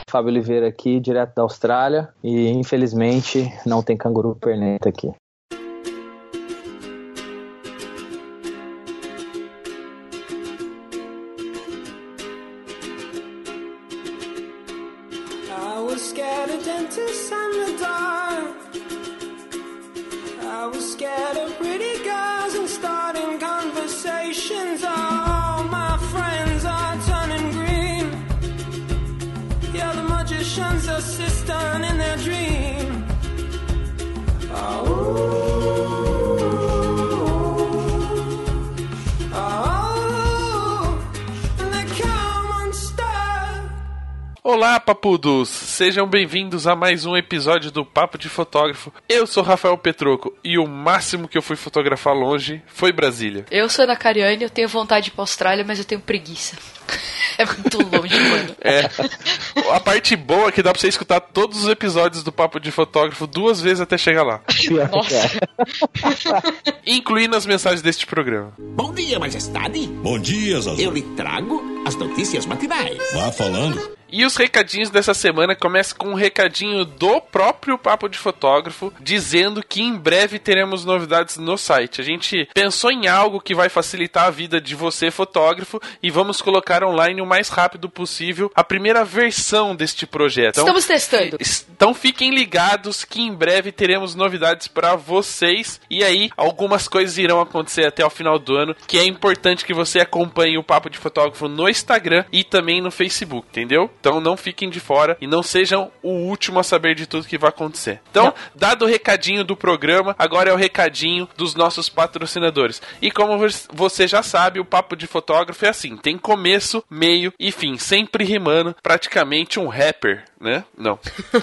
Fábio Oliveira aqui, direto da Austrália, e infelizmente não tem canguru perneta aqui. I was scared of dentists and the dark. I was scared of pretty girls and starting conversations. All my friends are turning green. Yeah, the magician's assistant in their dream. Olá, papudos! Sejam bem-vindos a mais um episódio do Papo de Fotógrafo. Eu sou Rafael Petroco e o máximo que eu fui fotografar longe foi Brasília. Eu sou Ana Cariani, eu tenho vontade de ir pra Austrália, mas eu tenho preguiça. É muito longe, mano. A parte boa é que dá pra você escutar todos os episódios do Papo de Fotógrafo 2 vezes até chegar lá. Nossa. Incluindo as mensagens deste programa. Bom dia, majestade. Bom dia, Zazu. Eu lhe trago as notícias matinais. Vá falando. E os recadinhos dessa semana começam com um recadinho do próprio Papo de Fotógrafo, dizendo que em breve teremos novidades no site. A gente pensou em algo que vai facilitar a vida de você, fotógrafo, e vamos colocar online o mais rápido possível a primeira versão deste projeto. Estamos testando. Então fiquem ligados que em breve teremos novidades para vocês, e aí algumas coisas irão acontecer até o final do ano, que é importante que você acompanhe o Papo de Fotógrafo no Instagram e também no Facebook, entendeu? Então não fiquem de fora e não sejam o último a saber de tudo que vai acontecer. Então, dado o recadinho do programa, agora é o recadinho dos nossos patrocinadores. E como você já sabe, o Papo de Fotógrafo é assim, tem começo, meio e fim, sempre rimando, praticamente um rapper, né? Não.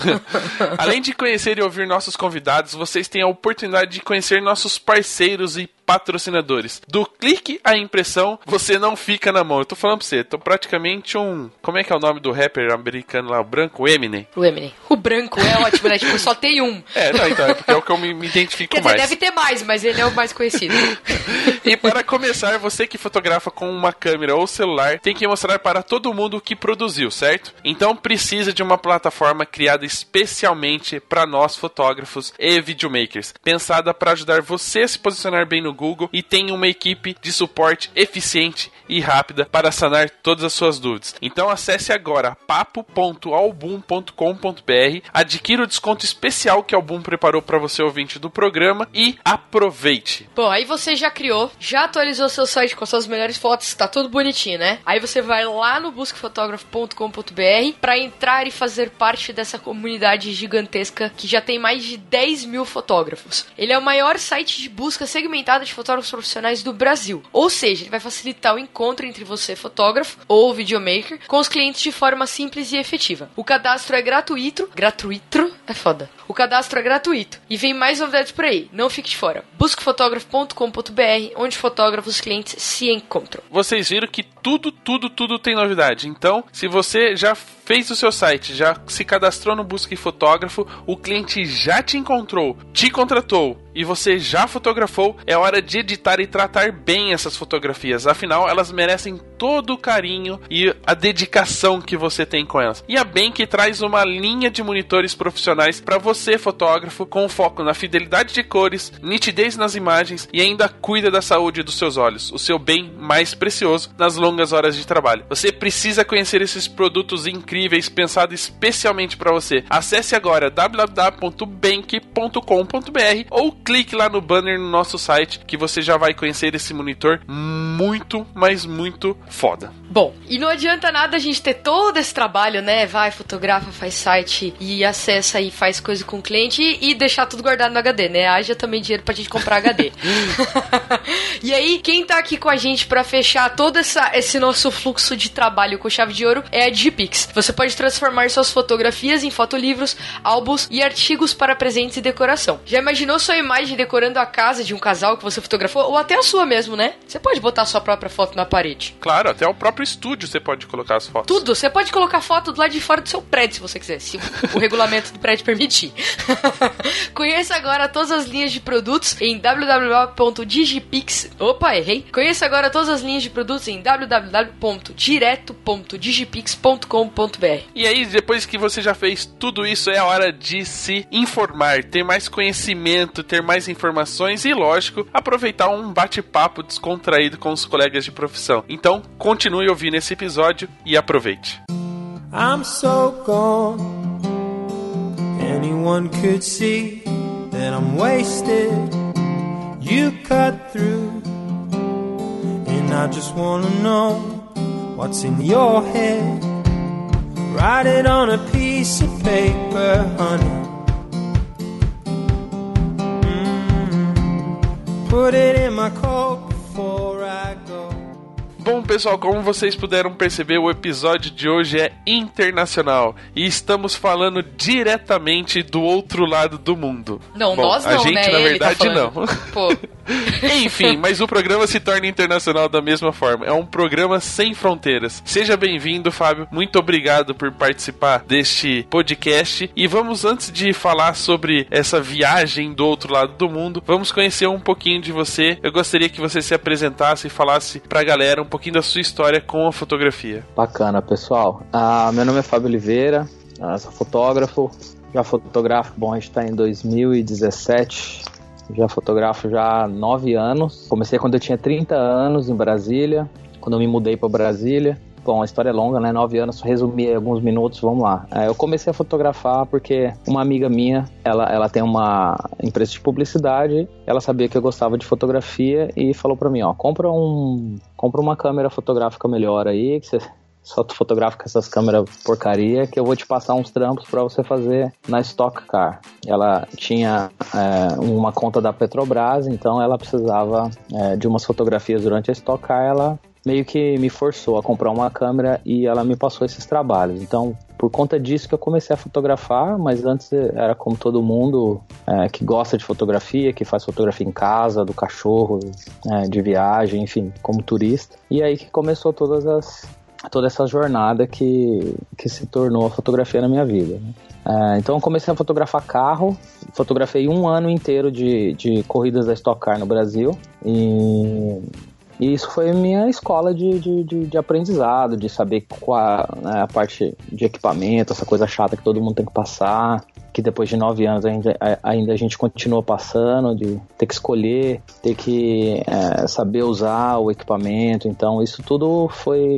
Além de conhecer e ouvir nossos convidados, vocês têm a oportunidade de conhecer nossos parceiros e patrocinadores. Do clique à impressão, você não fica na mão. Eu tô falando pra você, tô praticamente um... Como é que é o nome do rapper americano lá, o branco? O Eminem. O Eminem. O branco é ótimo, né? Tipo, só tem um. Não, então, é porque é o que eu me identifico mais. Quer dizer, deve ter mais, mas ele é o mais conhecido. E para começar, você que fotografa com uma câmera ou celular, tem que mostrar para todo mundo o que produziu, certo? Então precisa de uma plataforma criada especialmente para nós fotógrafos e videomakers, pensada para ajudar você a se posicionar bem no Google e tem uma equipe de suporte eficiente e rápida para sanar todas as suas dúvidas. Então acesse agora papo.album.com.br, adquira o desconto especial que a Album preparou para você, ouvinte do programa, e aproveite. Bom, aí você já criou, já atualizou seu site com suas melhores fotos, tá tudo bonitinho, né? Aí você vai lá no busquefotógrafo.com.br para entrar e fazer parte dessa comunidade gigantesca que já tem mais de 10 mil fotógrafos. Ele é o maior site de busca segmentada de fotógrafos profissionais do Brasil. Ou seja, ele vai facilitar o encontro entre você, fotógrafo ou videomaker, com os clientes de forma simples e efetiva. O cadastro é gratuito. Gratuito é foda. O cadastro é gratuito. E vem mais novidades por aí. Não fique de fora. Busquefotógrafo.com.br, onde fotógrafos e clientes se encontram. Vocês viram que tudo tem novidade. Então, se você já fez o seu site, já se cadastrou no Busque Fotógrafo, o cliente já te encontrou, te contratou e você já fotografou, é hora de editar e tratar bem essas fotografias. Afinal, elas merecem todo o carinho e a dedicação que você tem com elas. E a Bank traz uma linha de monitores profissionais para você, fotógrafo, com foco na fidelidade de cores, nitidez nas imagens e ainda cuida da saúde dos seus olhos, o seu bem mais precioso nas longas horas de trabalho. Você precisa conhecer esses produtos incríveis pensados especialmente para você. Acesse agora www.bank.com.br ou clique lá no banner no nosso site que você já vai conhecer esse monitor muito, mas muito foda. Bom, e não adianta nada a gente ter todo esse trabalho, né? Vai, fotografa, faz site e acessa e faz coisa com o cliente e deixar tudo guardado no HD, né? Haja também dinheiro pra gente comprar HD. E aí, quem tá aqui com a gente pra fechar todo esse nosso fluxo de trabalho com chave de ouro é a Digipix. Você pode transformar suas fotografias em fotolivros, álbuns e artigos para presentes e decoração. Já imaginou sua imagem decorando a casa de um casal que você fotografou? Ou até a sua mesmo, né? Você pode botar a sua própria foto na parede. Claro, até o próprio estúdio você pode colocar as fotos. Tudo, você pode colocar foto do lado de fora do seu prédio, se você quiser. Se o regulamento do prédio Fred permitir. Conheça agora todas as linhas de produtos em www.digipix... Opa, errei. Conheça agora todas as linhas de produtos em www.direto.digipix.com.br. E aí, depois que você já fez tudo isso, é a hora de se informar, ter mais conhecimento, ter mais informações e, lógico, aproveitar um bate-papo descontraído com os colegas de profissão. Então, continue ouvindo esse episódio e aproveite. I'm so gone. Anyone could see that I'm wasted. You cut through, and I just wanna know what's in your head. Write it on a piece of paper, honey. Put it in my coat before I go. Bom, pessoal, como vocês puderam perceber, o episódio de hoje é internacional e estamos falando diretamente do outro lado do mundo. Não, bom, nós não, a gente, né? na Ele verdade, tá não. Pô. Enfim, mas o programa se torna internacional da mesma forma. É um programa sem fronteiras. Seja bem-vindo, Fábio. Muito obrigado por participar deste podcast. E vamos, antes de falar sobre essa viagem do outro lado do mundo, vamos conhecer um pouquinho de você. Eu gostaria que você se apresentasse e falasse pra galera um pouquinho da sua história com a fotografia. Bacana, pessoal. Meu nome é Fábio Oliveira, sou fotógrafo, já fotografo, bom, a gente tá em 2017, já fotografo já há 9 anos. Comecei quando eu tinha 30 anos em Brasília, quando eu me mudei para Brasília. Bom, a história é longa, né? 9 anos, resumir em alguns minutos, vamos lá. Eu comecei a fotografar porque uma amiga minha, ela tem uma empresa de publicidade, ela sabia que eu gostava de fotografia e falou pra mim, ó, compra uma câmera fotográfica melhor aí, que você só fotografa com essas câmeras porcaria, que eu vou te passar uns trampos pra você fazer na Stock Car. Ela tinha uma conta da Petrobras, então ela precisava de umas fotografias durante a Stock Car, ela meio que me forçou a comprar uma câmera e ela me passou esses trabalhos. Então, por conta disso que eu comecei a fotografar, mas antes era como todo mundo que gosta de fotografia, que faz fotografia em casa, do cachorro, de viagem, enfim, como turista. E aí que começou toda essa jornada que se tornou a fotografia na minha vida, né? Então eu comecei a fotografar carro, fotografei 1 ano inteiro de corridas da Stock Car no Brasil e isso foi minha escola de aprendizado, de saber qual a parte de equipamento, essa coisa chata que todo mundo tem que passar, que depois de 9 anos ainda a gente continua passando, de ter que escolher, ter que saber usar o equipamento. Então isso tudo foi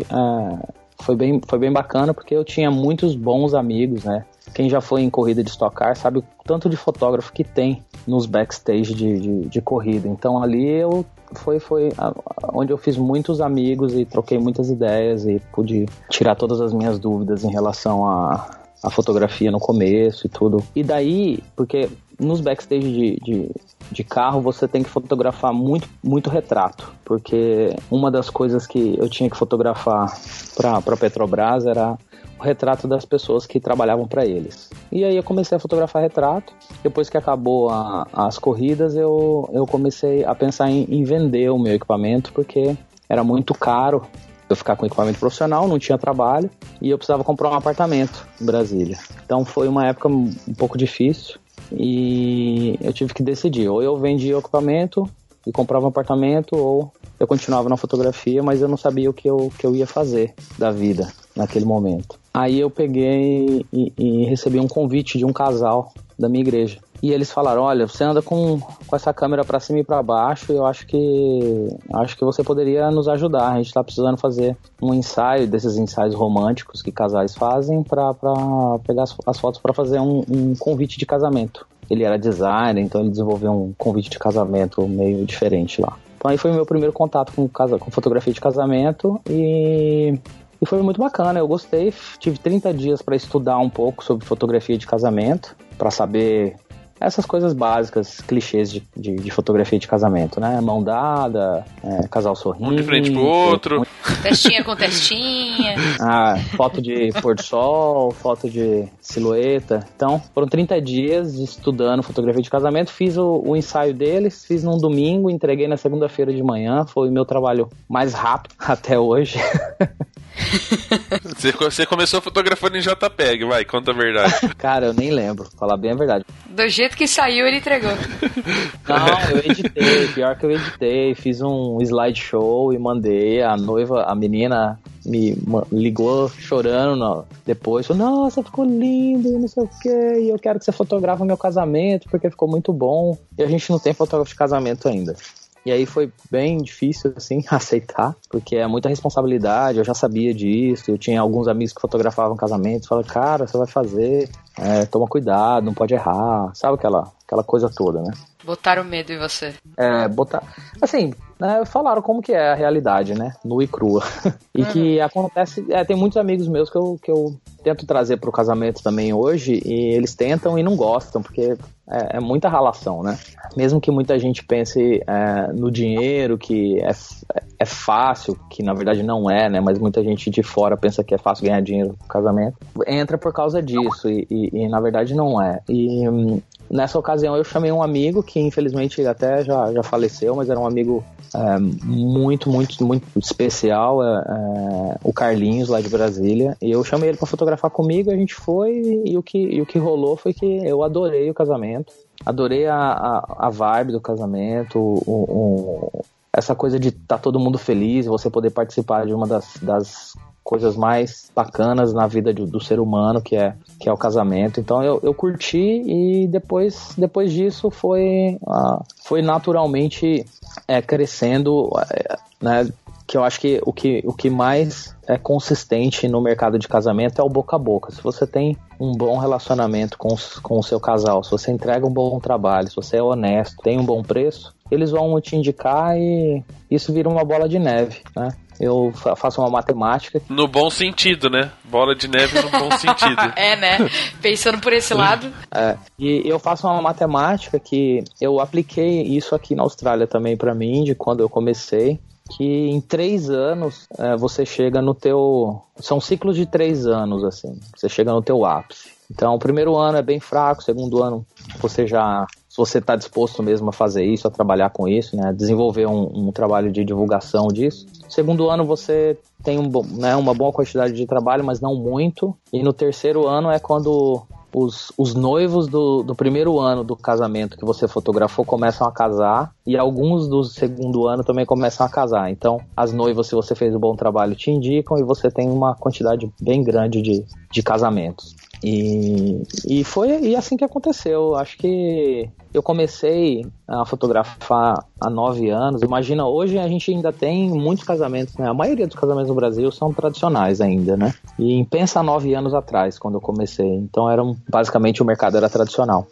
bem bacana, porque eu tinha muitos bons amigos, né? Quem já foi em corrida de Stock Car sabe o tanto de fotógrafo que tem nos backstage de corrida. Então ali foi onde eu fiz muitos amigos e troquei muitas ideias e pude tirar todas as minhas dúvidas em relação à fotografia no começo e tudo. E daí, porque nos backstage de carro você tem que fotografar muito, muito retrato, porque uma das coisas que eu tinha que fotografar para Petrobras era o retrato das pessoas que trabalhavam para eles. E aí eu comecei a fotografar retrato. Depois que acabou as corridas, eu comecei a pensar em vender o meu equipamento, porque era muito caro eu ficar com equipamento profissional, não tinha trabalho, e eu precisava comprar um apartamento em Brasília. Então foi uma época um pouco difícil, e eu tive que decidir, ou eu vendia o equipamento e comprava um apartamento, ou eu continuava na fotografia, mas eu não sabia o que eu ia fazer da vida naquele momento. Aí eu peguei e recebi um convite de um casal da minha igreja. E eles falaram, olha, você anda com essa câmera pra cima e pra baixo, e eu acho que você poderia nos ajudar. A gente tá precisando fazer um ensaio, desses ensaios românticos que casais fazem, pra pegar as fotos pra fazer um convite de casamento. Ele era designer, então ele desenvolveu um convite de casamento meio diferente lá. Então aí foi o meu primeiro contato com fotografia de casamento, e foi muito bacana, eu gostei. Tive 30 dias para estudar um pouco sobre fotografia de casamento, para saber essas coisas básicas, clichês de fotografia de casamento, né? Mão dada, casal sorrindo. Um de frente pro outro. Testinha com testinha. Foto de pôr do sol, foto de silhueta. Então, foram 30 dias estudando fotografia de casamento. Fiz o ensaio deles, fiz num domingo, entreguei na segunda-feira de manhã. Foi o meu trabalho mais rápido até hoje. Você começou fotografando em JPEG, vai, conta a verdade. Cara, eu nem lembro, falar bem a verdade. Do jeito que saiu, ele entregou. Não, eu editei, pior que eu editei, fiz um slideshow e mandei, a menina me ligou chorando depois, falou, nossa, ficou lindo, não sei o que, e eu quero que você fotografe meu casamento, porque ficou muito bom, e a gente não tem fotógrafo de casamento ainda. E aí foi bem difícil, assim, aceitar, porque é muita responsabilidade, eu já sabia disso, eu tinha alguns amigos que fotografavam casamentos, falaram, cara, você vai fazer, toma cuidado, não pode errar, sabe aquela coisa toda, né? Botaram medo em você. Assim, né, falaram como que é a realidade, né, nua e crua. E que acontece, tem muitos amigos meus que eu tento trazer pro casamento também hoje, e eles tentam e não gostam, porque é muita ralação, né? Mesmo que muita gente pense no dinheiro, que é fácil, que na verdade não é, né? Mas muita gente de fora pensa que é fácil ganhar dinheiro no casamento. Entra por causa disso, e na verdade não é. E nessa ocasião eu chamei um amigo que infelizmente ele até já faleceu, mas era um amigo muito, muito, muito especial, o Carlinhos lá de Brasília, e eu chamei ele para fotografar comigo, a gente foi, e o que rolou foi que eu adorei o casamento, adorei a vibe do casamento, essa coisa de estar todo mundo feliz, você poder participar de uma das coisas mais bacanas na vida do ser humano, que é o casamento. Então eu curti, e depois disso foi naturalmente crescendo, né? Que eu acho que o que mais é consistente no mercado de casamento é o boca a boca. Se você tem um bom relacionamento com o seu casal, se você entrega um bom trabalho, se você é honesto, tem um bom preço, eles vão te indicar e isso vira uma bola de neve, né? Eu faço uma matemática. No bom sentido, né? Bola de neve no bom sentido. Né? Pensando por esse lado. E eu faço uma matemática que eu apliquei isso aqui na Austrália também pra mim, de quando eu comecei, que em 3 anos você chega no teu... São ciclos de 3 anos, assim. Você chega no teu ápice. Então, o primeiro ano é bem fraco, o segundo ano você já... Se você está disposto mesmo a fazer isso, a trabalhar com isso, né, desenvolver um trabalho de divulgação disso. Segundo ano você tem uma boa quantidade de trabalho, mas não muito. E no terceiro ano é quando os noivos do primeiro ano do casamento que você fotografou começam a casar, e alguns do segundo ano também começam a casar. Então, as noivas, se você fez um bom trabalho, te indicam, e você tem uma quantidade bem grande de casamentos. E foi assim que aconteceu. Acho que eu comecei a fotografar há 9 anos. Imagina, hoje a gente ainda tem muitos casamentos, né? A maioria dos casamentos no Brasil são tradicionais ainda, né? E pensa 9 anos atrás, quando eu comecei. Então, basicamente o mercado era tradicional.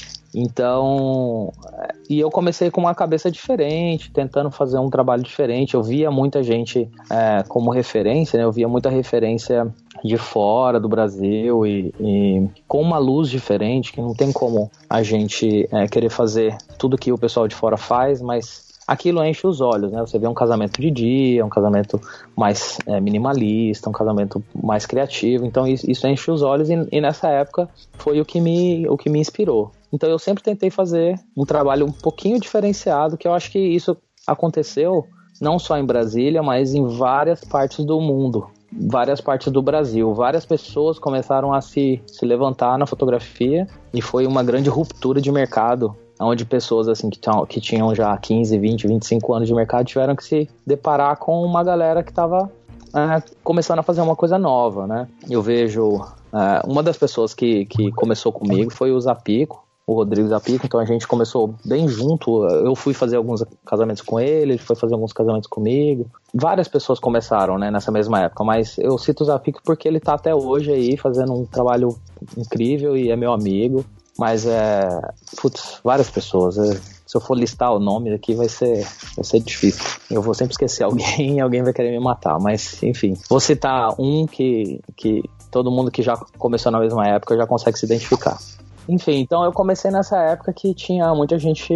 Então, e eu comecei com uma cabeça diferente, tentando fazer um trabalho diferente. Eu via muita gente como referência, né? Eu via muita referência de fora do Brasil e com uma luz diferente, que não tem como a gente querer fazer tudo que o pessoal de fora faz, mas aquilo enche os olhos, né? Você vê um casamento de dia, um casamento mais minimalista, um casamento mais criativo. Então isso enche os olhos, e nessa época foi o que me inspirou. Então eu sempre tentei fazer um trabalho um pouquinho diferenciado, que eu acho que isso aconteceu não só em Brasília, mas em várias partes do mundo, várias partes do Brasil. Várias pessoas começaram a se levantar na fotografia, e foi uma grande ruptura de mercado, onde pessoas assim que tinham já 15, 20, 25 anos de mercado tiveram que se deparar com uma galera que estava começando a fazer uma coisa nova, né? Eu vejo uma das pessoas que começou comigo foi o Zapico, o Rodrigo Zapico. Então a gente começou bem junto. Eu fui fazer alguns casamentos com ele foi fazer alguns casamentos comigo. Várias pessoas começaram, né, nessa mesma época, mas eu cito o Zapico porque ele tá até hoje aí fazendo um trabalho incrível e é meu amigo. Mas várias pessoas. Se eu for listar o nome aqui vai ser difícil. Eu vou sempre esquecer alguém e alguém vai querer me matar. Mas, enfim, vou citar um que todo mundo que já começou na mesma época já consegue se identificar. Enfim, então eu comecei nessa época que tinha muita gente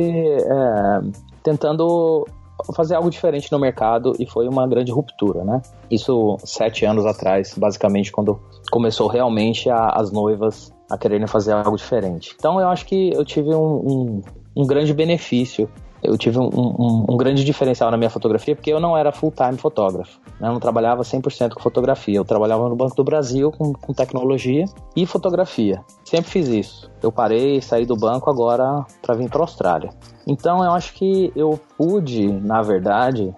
tentando fazer algo diferente no mercado, e foi uma grande ruptura, né? Isso 7 anos atrás, basicamente, quando começou realmente as noivas a quererem fazer algo diferente. Então eu acho que eu tive um grande benefício eu tive um grande diferencial na minha fotografia, porque eu não era full-time fotógrafo, né? Eu não trabalhava 100% com fotografia, eu trabalhava no Banco do Brasil com tecnologia e fotografia. Sempre fiz isso. Eu parei, saí do banco agora para vir para a Austrália. Então eu acho que eu pude, na verdade,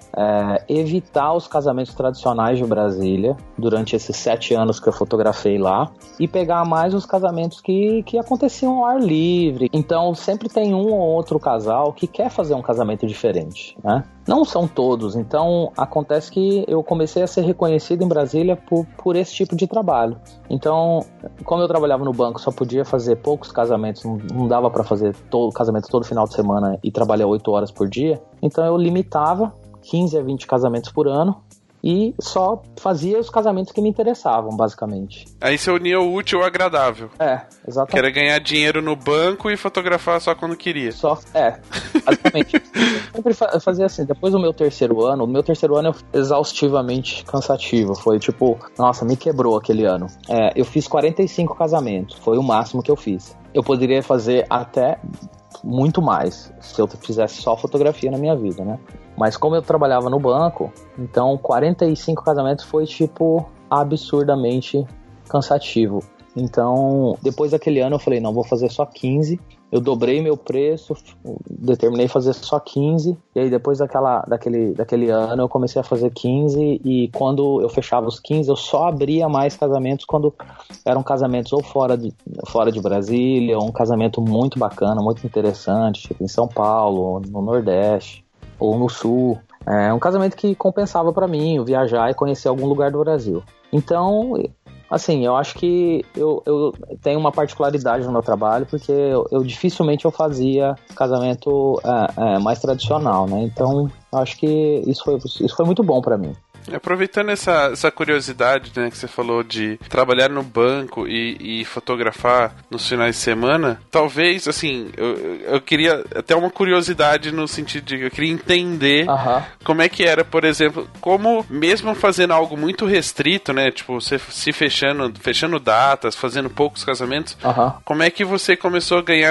evitar os casamentos tradicionais de Brasília durante esses 7 anos que eu fotografei lá e pegar mais os casamentos que aconteciam ao ar livre. Então sempre tem um ou outro casal que quer fazer um casamento diferente, né? Não são todos, então acontece que eu comecei a ser reconhecido em Brasília por esse tipo de trabalho. Então, como eu trabalhava no banco, só podia fazer poucos casamentos, não dava para fazer casamento todo final de semana e trabalhar 8 horas por dia, então eu limitava 15 a 20 casamentos por ano e só fazia os casamentos que me interessavam, basicamente. Aí você unia o útil ao agradável. Exatamente. Que era ganhar dinheiro no banco e fotografar só quando queria. Basicamente. Eu sempre fazia assim, depois do meu terceiro ano é exaustivamente cansativo. Foi tipo, nossa, me quebrou aquele ano. Eu fiz 45 casamentos, foi o máximo que eu fiz. Eu poderia fazer até muito mais se eu fizesse só fotografia na minha vida, né? Mas como eu trabalhava no banco, então 45 casamentos foi tipo absurdamente cansativo. Então, depois daquele ano eu falei, não, vou fazer só 15. Eu dobrei meu preço, determinei fazer só 15. E aí depois daquele ano eu comecei a fazer 15. E quando eu fechava os 15, eu só abria mais casamentos quando eram casamentos ou fora de Brasília, ou um casamento muito bacana, muito interessante, tipo em São Paulo, no Nordeste, ou no Sul. Um casamento que compensava pra mim eu viajar e conhecer algum lugar do Brasil. Então, assim, eu acho que eu tenho uma particularidade no meu trabalho, porque eu dificilmente eu fazia casamento mais tradicional, né? Então, eu acho que isso foi muito bom pra mim. Aproveitando essa curiosidade, né, que você falou de trabalhar no banco e fotografar nos finais de semana, talvez, assim, eu queria até uma curiosidade no sentido de eu queria entender como é que era, por exemplo, como mesmo fazendo algo muito restrito, né, tipo, você se fechando datas, fazendo poucos casamentos, como é que você começou a ganhar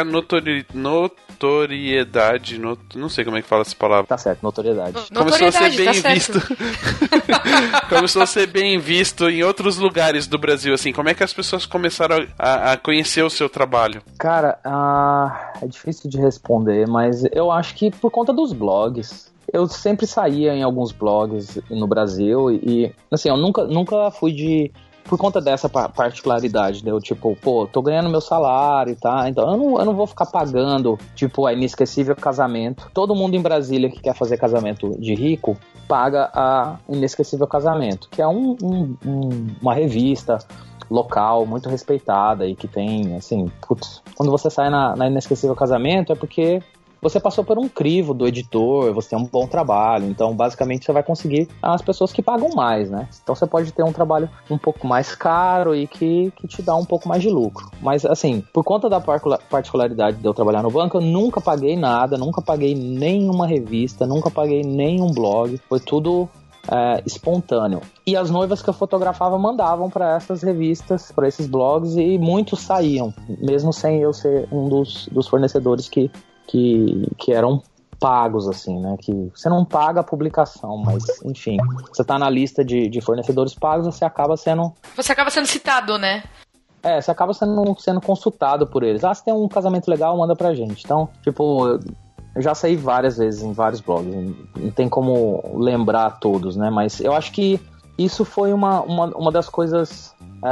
notoriedade, não sei como é que fala essa palavra. Tá certo, notoriedade. Começou a ser bem visto. Começou a ser bem visto em outros lugares do Brasil, assim, como é que as pessoas começaram a conhecer o seu trabalho? Cara, é difícil de responder, mas eu acho que por conta dos blogs. Eu sempre saía em alguns blogs no Brasil e assim, eu nunca fui por conta dessa particularidade, né? Eu, tipo, tô ganhando meu salário, tá? Então eu não vou ficar pagando, tipo, a Inesquecível Casamento. Todo mundo em Brasília que quer fazer casamento de rico, paga a Inesquecível Casamento, que é uma revista local muito respeitada e que tem, assim, quando você sai na Inesquecível Casamento é porque você passou por um crivo do editor, você tem um bom trabalho, então basicamente você vai conseguir as pessoas que pagam mais, né? Então você pode ter um trabalho um pouco mais caro e que te dá um pouco mais de lucro. Mas assim, por conta da particularidade de eu trabalhar no banco, eu nunca paguei nada, nunca paguei nenhuma revista, nunca paguei nenhum blog, foi tudo espontâneo. E as noivas que eu fotografava mandavam para essas revistas, para esses blogs, e muitos saíam, mesmo sem eu ser um dos fornecedores que eram pagos, assim, né? Que você não paga a publicação, mas, enfim, você tá na lista de fornecedores pagos, você acaba sendo citado, né? Você acaba sendo consultado por eles. Se tem um casamento legal, manda pra gente. Então, tipo, eu já saí várias vezes em vários blogs, não tem como lembrar todos, né? Mas eu acho que isso foi uma das coisas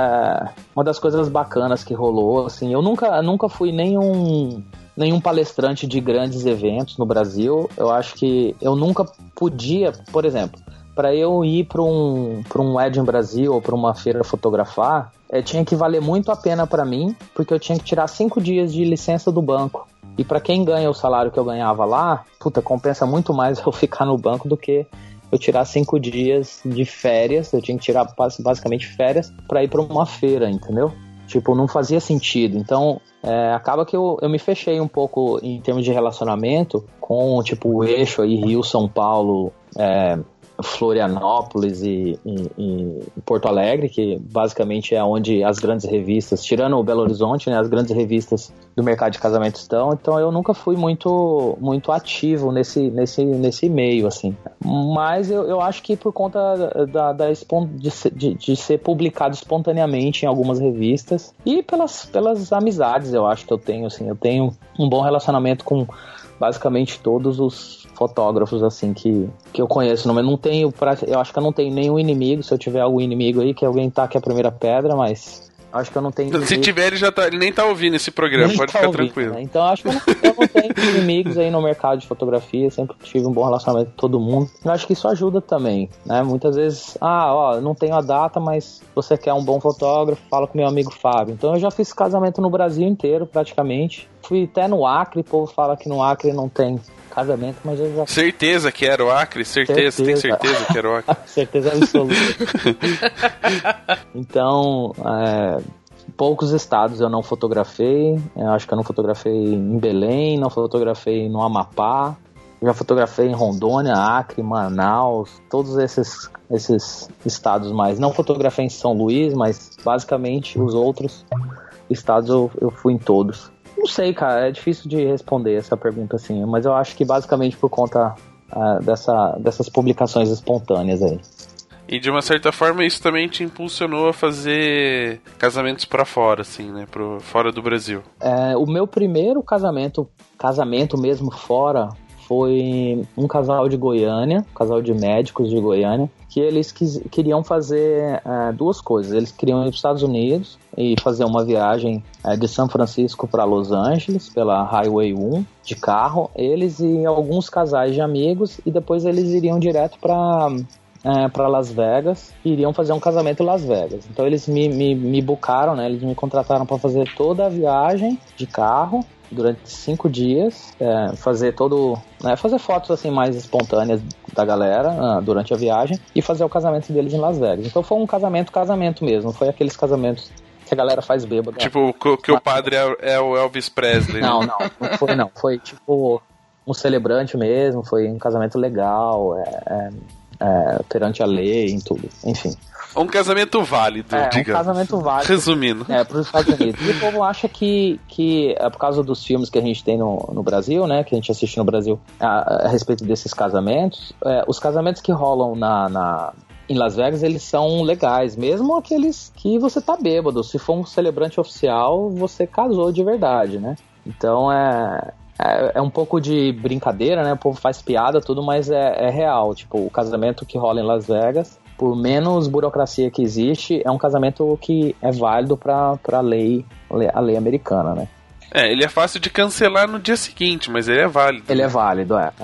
bacanas que rolou, assim. Eu nunca fui nenhum palestrante de grandes eventos no Brasil. Eu acho que eu nunca podia, por exemplo, para eu ir para um wedding Brasil ou para uma feira fotografar, tinha que valer muito a pena para mim, porque eu tinha que tirar 5 dias de licença do banco. E para quem ganha o salário que eu ganhava lá, compensa muito mais eu ficar no banco do que eu tirar 5 dias de férias. Eu tinha que tirar basicamente férias para ir para uma feira, entendeu? Tipo, não fazia sentido. Então, acaba que eu me fechei um pouco em termos de relacionamento com, tipo, o eixo aí, Rio, São Paulo, Florianópolis e Porto Alegre, que basicamente é onde as grandes revistas, tirando o Belo Horizonte, né, as grandes revistas do mercado de casamento estão. Então eu nunca fui muito ativo nesse meio, assim. Mas eu acho que por conta de ser publicado espontaneamente em algumas revistas e pelas amizades, eu acho que eu tenho, assim. Eu tenho um bom relacionamento com basicamente todos os fotógrafos, assim, que eu conheço. Não tenho, eu acho que eu não tenho nenhum inimigo. Se eu tiver algum inimigo aí, que alguém taque a primeira pedra, mas acho que eu não tenho inimigo. Se tiver, ele nem tá ouvindo esse programa, nem pode ficar ouvindo, tranquilo. Né? Então acho que eu não tenho inimigos aí no mercado de fotografia, sempre tive um bom relacionamento com todo mundo. Eu acho que isso ajuda também, né? Muitas vezes, não tenho a data, mas você quer um bom fotógrafo, fala com meu amigo Fábio. Então eu já fiz casamento no Brasil inteiro, praticamente. Fui até no Acre, o povo fala que no Acre não tem casamento, mas eu já... Certeza que era o Acre? Certeza. Tem certeza que era o Acre? Certeza absoluta. Então, poucos estados eu não fotografei. Eu acho que eu não fotografei em Belém, não fotografei no Amapá. Já fotografei em Rondônia, Acre, Manaus, todos esses estados mais. Não fotografei em São Luís, mas basicamente os outros estados eu fui em todos. Não sei, cara, é difícil de responder essa pergunta assim, mas eu acho que basicamente por conta dessas publicações espontâneas aí. E de uma certa forma isso também te impulsionou a fazer casamentos pra fora, assim, né? Fora do Brasil. O meu primeiro casamento mesmo fora, foi um casal de Goiânia, um casal de médicos de Goiânia, que eles queriam fazer duas coisas. Eles queriam ir para os Estados Unidos e fazer uma viagem de São Francisco para Los Angeles, pela Highway 1, de carro. Eles e alguns casais de amigos, e depois eles iriam direto para Las Vegas, e iriam fazer um casamento em Las Vegas. Então eles me bucaram, né? Eles me contrataram para fazer toda a viagem de carro durante 5 dias, fazer fotos assim mais espontâneas da galera durante a viagem e fazer o casamento deles em Las Vegas. Então foi um casamento mesmo, foi aqueles casamentos que a galera faz bêbado. Tipo, que o padre é o Elvis Presley. Não foi não. Foi tipo um celebrante mesmo, foi um casamento legal, perante a lei e tudo, enfim. Um casamento válido, digamos. Um casamento válido. Resumindo. Para os Estados Unidos. E o povo acha que é por causa dos filmes que a gente tem no Brasil, né? Que a gente assiste no Brasil a respeito desses casamentos. Os casamentos que rolam em Las Vegas, eles são legais. Mesmo aqueles que você tá bêbado. Se for um celebrante oficial, você casou de verdade, né? Então é um pouco de brincadeira, né? O povo faz piada, tudo, mas é real. Tipo, o casamento que rola em Las Vegas, por menos burocracia que existe, é um casamento que é válido para a lei americana, né? Ele é fácil de cancelar no dia seguinte, mas ele é válido. Ele é válido, A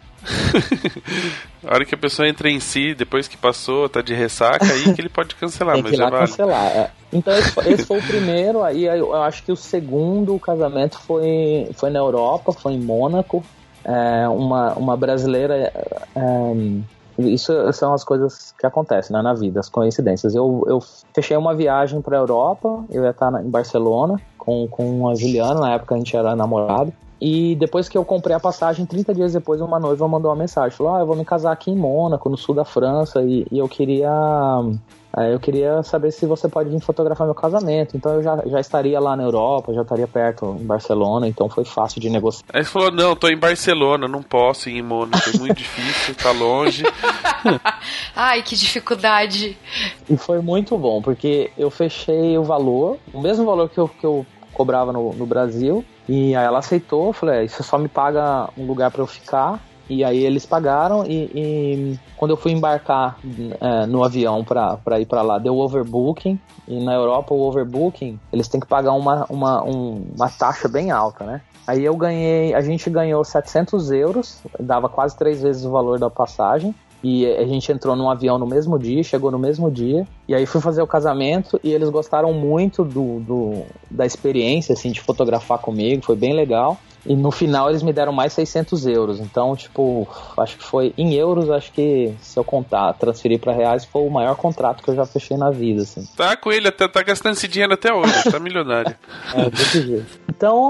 hora que a pessoa entra em si, depois que passou, tá de ressaca, aí que ele pode cancelar, mas é válido. Cancelar, Então esse foi o primeiro, aí eu acho que o segundo casamento foi na Europa, foi em Mônaco, uma brasileira... Isso são as coisas que acontecem, né, na vida, as coincidências. Eu fechei uma viagem para a Europa, eu ia estar em Barcelona com a Juliana, na época a gente era namorado. E depois que eu comprei a passagem, 30 dias depois, uma noiva mandou uma mensagem. Falou, eu vou me casar aqui em Mônaco, no sul da França, e eu queria saber se você pode vir fotografar meu casamento. Então eu já estaria lá na Europa, já estaria perto, em Barcelona, então foi fácil de negociar. Aí você falou, não, tô em Barcelona, não posso ir em Mônaco, é muito difícil, tá longe. Ai, que dificuldade. E foi muito bom, porque eu fechei o mesmo valor que eu cobrava no Brasil, e aí ela aceitou. Eu falei, você só me paga um lugar pra eu ficar. E aí eles pagaram, e quando eu fui embarcar no avião pra ir pra lá, deu overbooking. E na Europa o overbooking, eles têm que pagar uma taxa bem alta, né? Aí a gente ganhou 700 euros, dava quase 3 vezes o valor da passagem. E a gente entrou num avião no mesmo dia, chegou no mesmo dia. E aí fui fazer o casamento, e eles gostaram muito da experiência, assim, de fotografar comigo, foi bem legal. E no final eles me deram mais 600 euros. Então, tipo, acho que foi em euros, acho que se eu transferir para reais, foi o maior contrato que eu já fechei na vida, assim. Tá com ele, tá gastando esse dinheiro até hoje, tá milionário. Desse jeito. Então,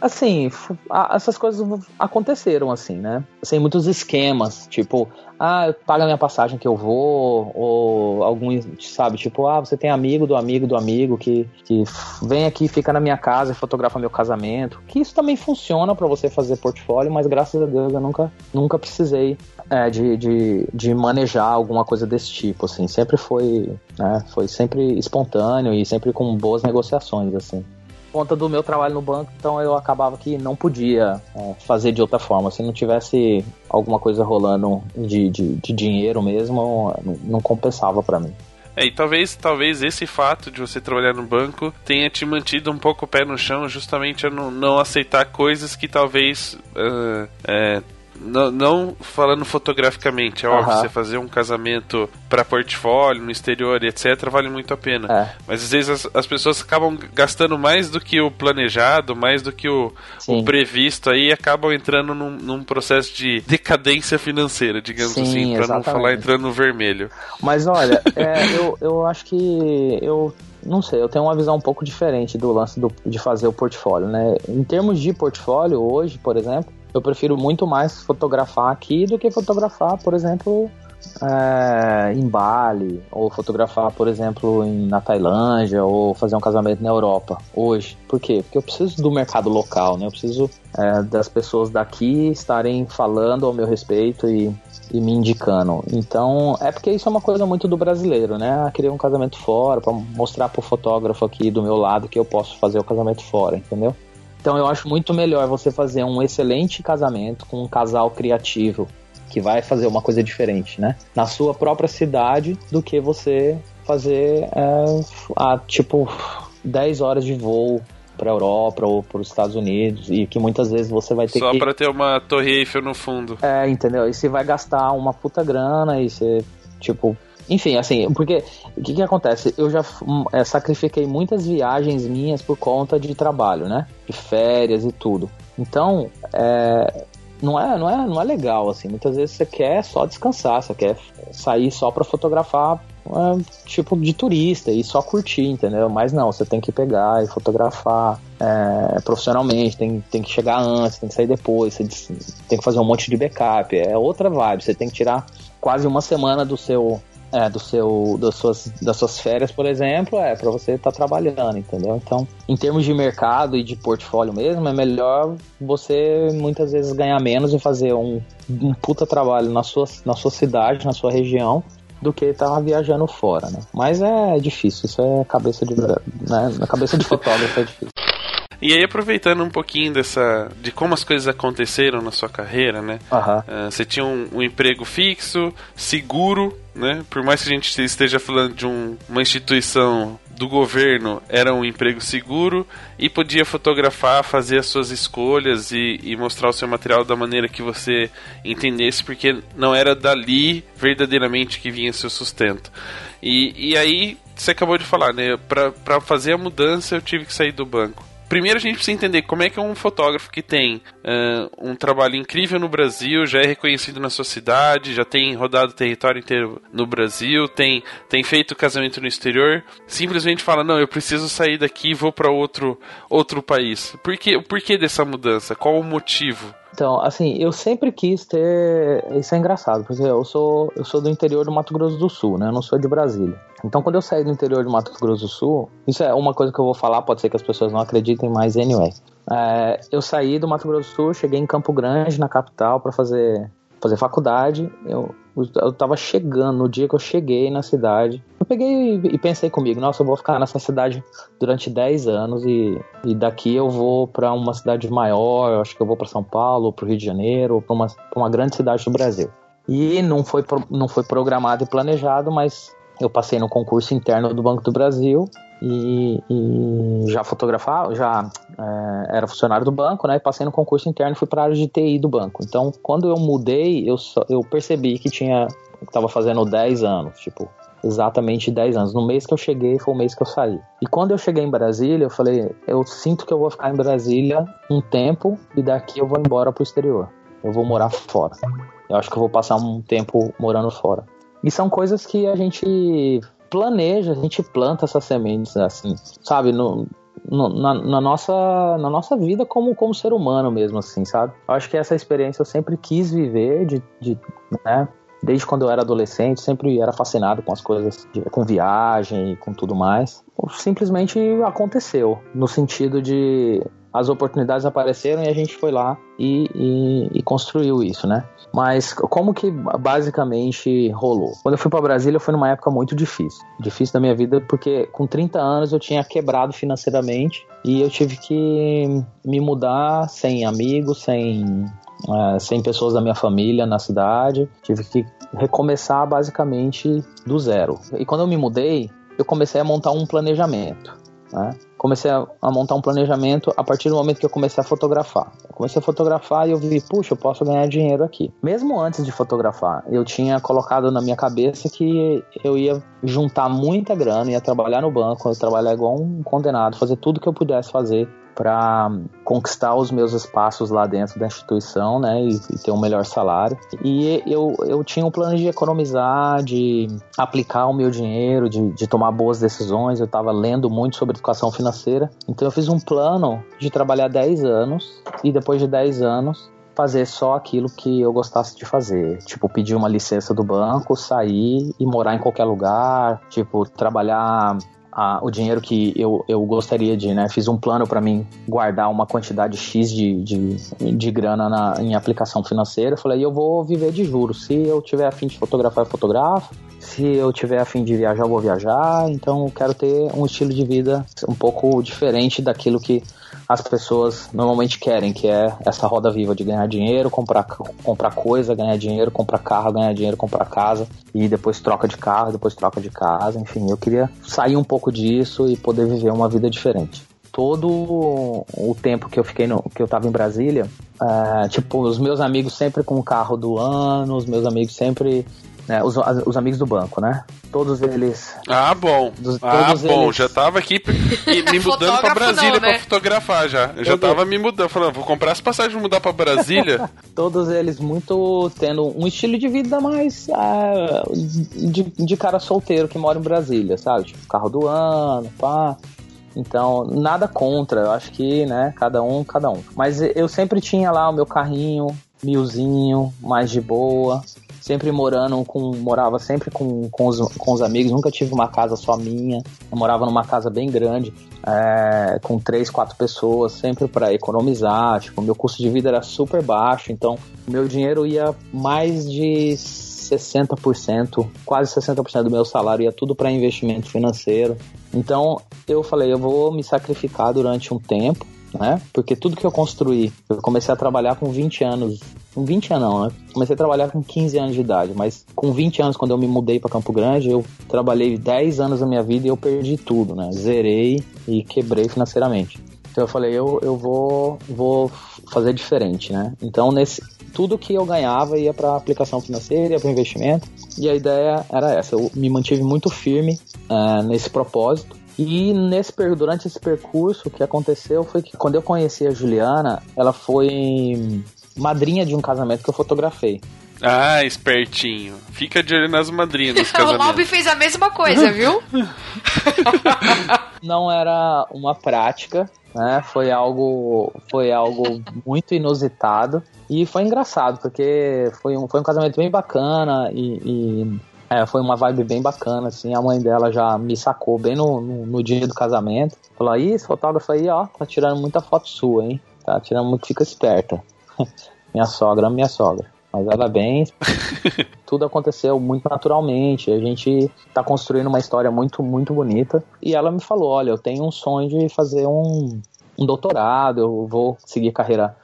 Assim, essas coisas aconteceram, assim, né? Assim, muitos esquemas, tipo, paga minha passagem que eu vou, ou alguns, sabe, tipo, você tem amigo do amigo do amigo que vem aqui, fica na minha casa e fotografa meu casamento. Que isso também funciona pra você fazer portfólio, mas graças a Deus eu nunca precisei de manejar alguma coisa desse tipo, assim. Sempre foi, né, foi sempre espontâneo e sempre com boas negociações, assim. Conta do meu trabalho no banco, então eu acabava que não podia fazer de outra forma. Se não tivesse alguma coisa rolando de dinheiro mesmo, não compensava pra mim. E talvez esse fato de você trabalhar no banco tenha te mantido um pouco o pé no chão, justamente a não aceitar coisas que talvez... Não falando fotograficamente, é óbvio, você fazer um casamento para portfólio no exterior e etc, vale muito a pena. Mas às vezes as pessoas acabam gastando mais do que o planejado, mais do que o previsto, aí acabam entrando num processo de decadência financeira, digamos assim, para não falar entrando no vermelho. Mas olha, eu acho que não sei, eu tenho uma visão um pouco diferente do lance de fazer o portfólio, né? Em termos de portfólio, hoje, por exemplo, eu prefiro muito mais fotografar aqui do que fotografar, por exemplo, em Bali, ou fotografar, por exemplo, na Tailândia, ou fazer um casamento na Europa, hoje. Por quê? Porque eu preciso do mercado local, né? Eu preciso das pessoas daqui estarem falando ao meu respeito e me indicando. Então, é porque isso é uma coisa muito do brasileiro, né? Querer um casamento fora, para mostrar pro fotógrafo aqui do meu lado que eu posso fazer o casamento fora, entendeu? Então eu acho muito melhor você fazer um excelente casamento com um casal criativo que vai fazer uma coisa diferente, né? Na sua própria cidade, do que você fazer tipo 10 horas de voo para a Europa ou para os Estados Unidos, e que muitas vezes você vai ter só para ter uma Torre Eiffel no fundo. Entendeu? E você vai gastar uma puta grana e você, tipo... Enfim, assim, porque o que acontece? Eu já sacrifiquei muitas viagens minhas por conta de trabalho, né? De férias e tudo. Então, não é legal, assim. Muitas vezes você quer só descansar, você quer sair só pra fotografar, tipo de turista, e só curtir, entendeu? Mas não, você tem que pegar e fotografar profissionalmente, tem que chegar antes, tem que sair depois, você tem que fazer um monte de backup, é outra vibe. Você tem que tirar quase uma semana das suas férias, por exemplo, para você estar trabalhando, entendeu? Então, em termos de mercado e de portfólio mesmo, é melhor você muitas vezes ganhar menos e fazer um puta trabalho na sua cidade, na sua região, do que estar viajando fora, né? Mas é difícil, isso é cabeça de, né? Na cabeça de fotógrafo é difícil. E aí, aproveitando um pouquinho de como as coisas aconteceram na sua carreira, né? Você tinha um emprego fixo, seguro, né? Por mais que a gente esteja falando de uma instituição do governo, era um emprego seguro e podia fotografar, fazer as suas escolhas e mostrar o seu material da maneira que você entendesse, porque não era dali verdadeiramente que vinha seu sustento. E aí, você acabou de falar, né? Pra fazer a mudança, eu tive que sair do banco. Primeiro a gente precisa entender como é que um fotógrafo que tem um trabalho incrível no Brasil, já é reconhecido na sua cidade, já tem rodado o território inteiro no Brasil, tem feito casamento no exterior, simplesmente fala, não, eu preciso sair daqui e vou para outro país. Por que dessa mudança? Qual o motivo? Então, assim, eu sempre quis ter... Isso é engraçado, porque eu sou do interior do Mato Grosso do Sul, né? Eu não sou de Brasília. Então, quando eu saí do interior do Mato Grosso do Sul... Isso é uma coisa que eu vou falar, pode ser que as pessoas não acreditem, mas anyway. Eu saí do Mato Grosso do Sul, cheguei em Campo Grande, na capital, para fazer faculdade. Eu tava chegando, no dia que eu cheguei na cidade, eu peguei e pensei comigo, nossa, eu vou ficar nessa cidade durante 10 anos e daqui eu vou pra uma cidade maior, eu acho que eu vou pra São Paulo, pro Rio de Janeiro, ou pra uma grande cidade do Brasil. E não foi programado e planejado, mas eu passei no concurso interno do Banco do Brasil e já fotografava, era funcionário do banco, né? Passei no concurso interno e fui para a área de TI do banco. Então, quando eu mudei, eu percebi que estava fazendo 10 anos, tipo, exatamente 10 anos. No mês que eu cheguei, foi o mês que eu saí. E quando eu cheguei em Brasília, eu falei, eu sinto que eu vou ficar em Brasília um tempo e daqui eu vou embora pro exterior. Eu vou morar fora. Eu acho que eu vou passar um tempo morando fora. E são coisas que a gente planeja, a gente planta essas sementes, assim, sabe? na nossa vida como ser humano mesmo, assim, sabe? Eu acho que essa experiência eu sempre quis viver, né? Desde quando eu era adolescente, sempre era fascinado com as coisas, com viagem e com tudo mais. Simplesmente aconteceu, no sentido de as oportunidades apareceram e a gente foi lá e construiu isso, né? Mas como que basicamente rolou? Quando eu fui para Brasília, foi numa época muito difícil da minha vida, porque com 30 anos eu tinha quebrado financeiramente e eu tive que me mudar sem amigos, sem pessoas da minha família na cidade. Tive que recomeçar basicamente do zero. E quando eu me mudei, eu comecei a montar um planejamento, né? Comecei a montar um planejamento a partir do momento que eu comecei a fotografar. Eu comecei a fotografar e eu vi, puxa, eu posso ganhar dinheiro aqui. Mesmo antes de fotografar, eu tinha colocado na minha cabeça que eu ia juntar muita grana, ia trabalhar no banco, ia trabalhar igual um condenado, fazer tudo que eu pudesse fazer para conquistar os meus espaços lá dentro da instituição, né, e ter um melhor salário. E eu tinha um plano de economizar, de aplicar o meu dinheiro, de tomar boas decisões. Eu estava lendo muito sobre educação financeira, então eu fiz um plano de trabalhar 10 anos e depois de 10 anos fazer só aquilo que eu gostasse de fazer, tipo pedir uma licença do banco, sair e morar em qualquer lugar, tipo trabalhar o dinheiro que eu gostaria de, né? Fiz um plano para mim guardar uma quantidade X de grana em aplicação financeira. Falei, eu vou viver de juros. Se eu tiver a fim de fotografar, eu fotografo. Se eu tiver a fim de viajar, eu vou viajar. Então eu quero ter um estilo de vida um pouco diferente daquilo que as pessoas normalmente querem, que é essa roda viva de ganhar dinheiro, comprar coisa, ganhar dinheiro, comprar carro, ganhar dinheiro, comprar casa, e depois troca de carro, depois troca de casa. Enfim, eu queria sair um pouco disso e poder viver uma vida diferente. Todo o tempo que eu tava em Brasília, tipo, os meus amigos sempre com o carro do ano, os meus amigos sempre... né, os amigos do banco, né? Todos eles... bom. Eles... Já tava aqui me mudando pra Brasília, não, né? Pra fotografar já. Eu já tava me mudando, falando, vou comprar as passagens pra mudar pra Brasília. Todos eles muito tendo um estilo de vida mais de cara solteiro que mora em Brasília, sabe? Tipo, carro do ano, pá... Então, nada contra, eu acho que, né, cada um. Mas eu sempre tinha lá o meu carrinho, milzinho, mais de boa, sempre morava sempre com os amigos, nunca tive uma casa só minha, eu morava numa casa bem grande, com 3, 4 pessoas, sempre para economizar, tipo, meu custo de vida era super baixo, então meu dinheiro ia mais de 60%, quase 60% do meu salário ia tudo para investimento financeiro. Então eu falei, eu vou me sacrificar durante um tempo, né? Porque tudo que eu construí, eu comecei a trabalhar com 20 anos, com 20 anos não, né? Comecei a trabalhar com 15 anos de idade, mas com 20 anos, quando eu me mudei para Campo Grande, eu trabalhei 10 anos da minha vida e eu perdi tudo, né? Zerei e quebrei financeiramente. Então eu falei, eu vou fazer diferente, né? Então tudo que eu ganhava ia para aplicação financeira, ia para investimento, e a ideia era essa. Eu me mantive muito firme nesse propósito. E durante esse percurso, o que aconteceu foi que quando eu conheci a Juliana, ela foi madrinha de um casamento que eu fotografei. Ah, espertinho. Fica de olho nas madrinhas dos casamentos. O Lobby fez a mesma coisa, viu? Não era uma prática, né? Foi algo muito inusitado e foi engraçado, porque foi um casamento bem bacana e foi uma vibe bem bacana, assim. A mãe dela já me sacou bem no dia do casamento. Falou, aí, esse fotógrafo aí, ó, tá tirando muita foto sua, hein? Tá tirando muito, fica esperta. Minha sogra. Mas ela é bem... Tudo aconteceu muito naturalmente. A gente tá construindo uma história muito, muito bonita. E ela me falou, olha, eu tenho um sonho de fazer um doutorado, eu vou seguir carreira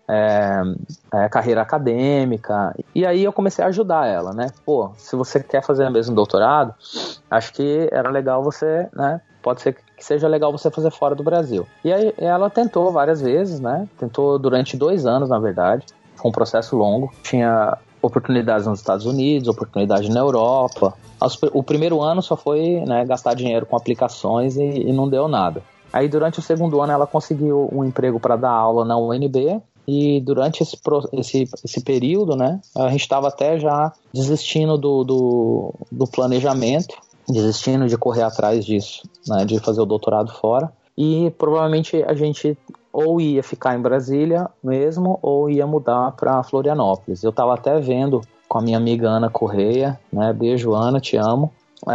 acadêmica. E aí eu comecei a ajudar ela, né? Pô, se você quer fazer mesmo doutorado, acho que era legal você, né? Pode ser que seja legal você fazer fora do Brasil. E aí ela tentou várias vezes, né? Tentou durante 2 anos, na verdade. Foi um processo longo. Tinha oportunidades nos Estados Unidos, oportunidade na Europa. O primeiro ano só foi, né, gastar dinheiro com aplicações e não deu nada. Aí durante o segundo ano ela conseguiu um emprego para dar aula na UNB. E durante esse período, né, a gente estava até já desistindo do planejamento, desistindo de correr atrás disso, né, de fazer o doutorado fora. e provavelmente a gente ou ia ficar em Brasília mesmo, ou ia mudar para Florianópolis. Eu estava até vendo com a minha amiga Ana Correia, né? Beijo, Ana, te amo.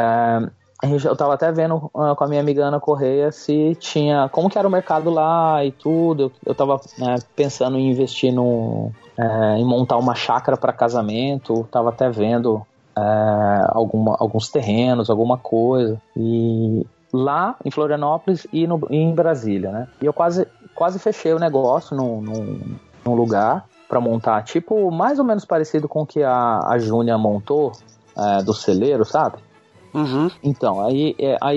Eu estava até vendo com a minha amiga Ana Correia se tinha, como que era o mercado lá e tudo. Eu estava pensando em investir em montar uma chácara para casamento. Estava até vendo alguns terrenos, alguma coisa. E lá em Florianópolis e em Brasília, né? E eu quase fechei o negócio num lugar para montar, tipo, mais ou menos parecido com o que a Júnia montou do celeiro, sabe? Uhum. Então, aí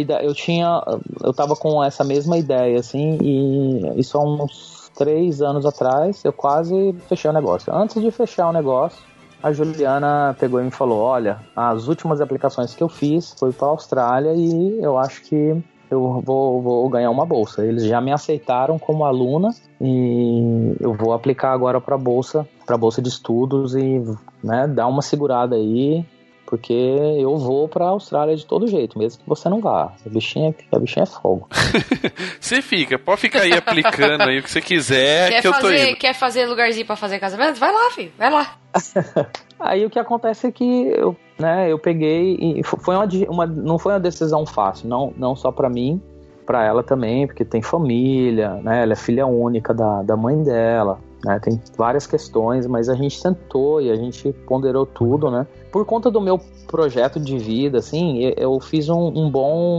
eu tava com essa mesma ideia, assim, e só uns 3 anos atrás eu quase fechei o negócio. Antes de fechar o negócio, a Juliana pegou e me falou, olha, as últimas aplicações que eu fiz foi pra Austrália e eu acho que eu vou ganhar uma bolsa. Eles já me aceitaram como aluna e eu vou aplicar agora pra bolsa de estudos e, né, dar uma segurada aí, porque eu vou pra Austrália de todo jeito, mesmo que você não vá. A bichinha é fogo. Você pode ficar aí aplicando aí o que você quiser, eu tô indo. Quer fazer lugarzinho pra fazer casamento? Vai lá, filho, vai lá. Aí o que acontece é que eu peguei e não foi uma decisão fácil, não só pra mim, pra ela também, porque tem família, né? Ela é filha única da mãe dela, né? Tem várias questões, mas a gente sentou e a gente ponderou tudo, né? Por conta do meu projeto de vida, assim, eu fiz um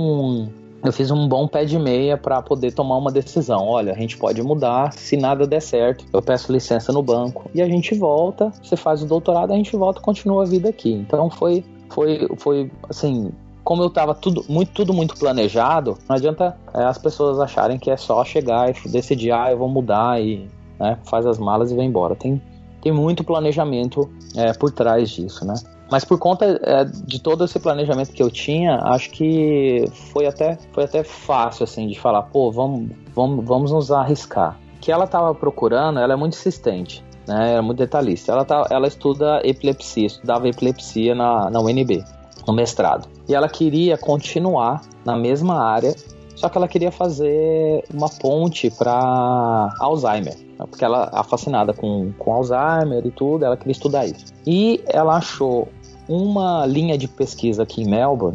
bom pé de meia para poder tomar uma decisão. Olha, a gente pode mudar, se nada der certo, eu peço licença no banco e a gente volta, você faz o doutorado, a gente volta e continua a vida aqui. Então foi assim, como eu tava tudo muito planejado, não adianta as pessoas acharem que é só chegar e decidir, eu vou mudar e, né, faz as malas e vai embora. Tem muito planejamento por trás disso, né? Mas por conta de todo esse planejamento que eu tinha, acho que foi até fácil, assim, de falar, pô, vamos nos arriscar. O que ela estava procurando, ela é muito insistente, né? É muito detalhista. Ela estudava epilepsia na UNB, no mestrado. E ela queria continuar na mesma área, só que ela queria fazer uma ponte para Alzheimer, porque ela é fascinada com Alzheimer e tudo, ela queria estudar isso. E ela achou uma linha de pesquisa aqui em Melbourne,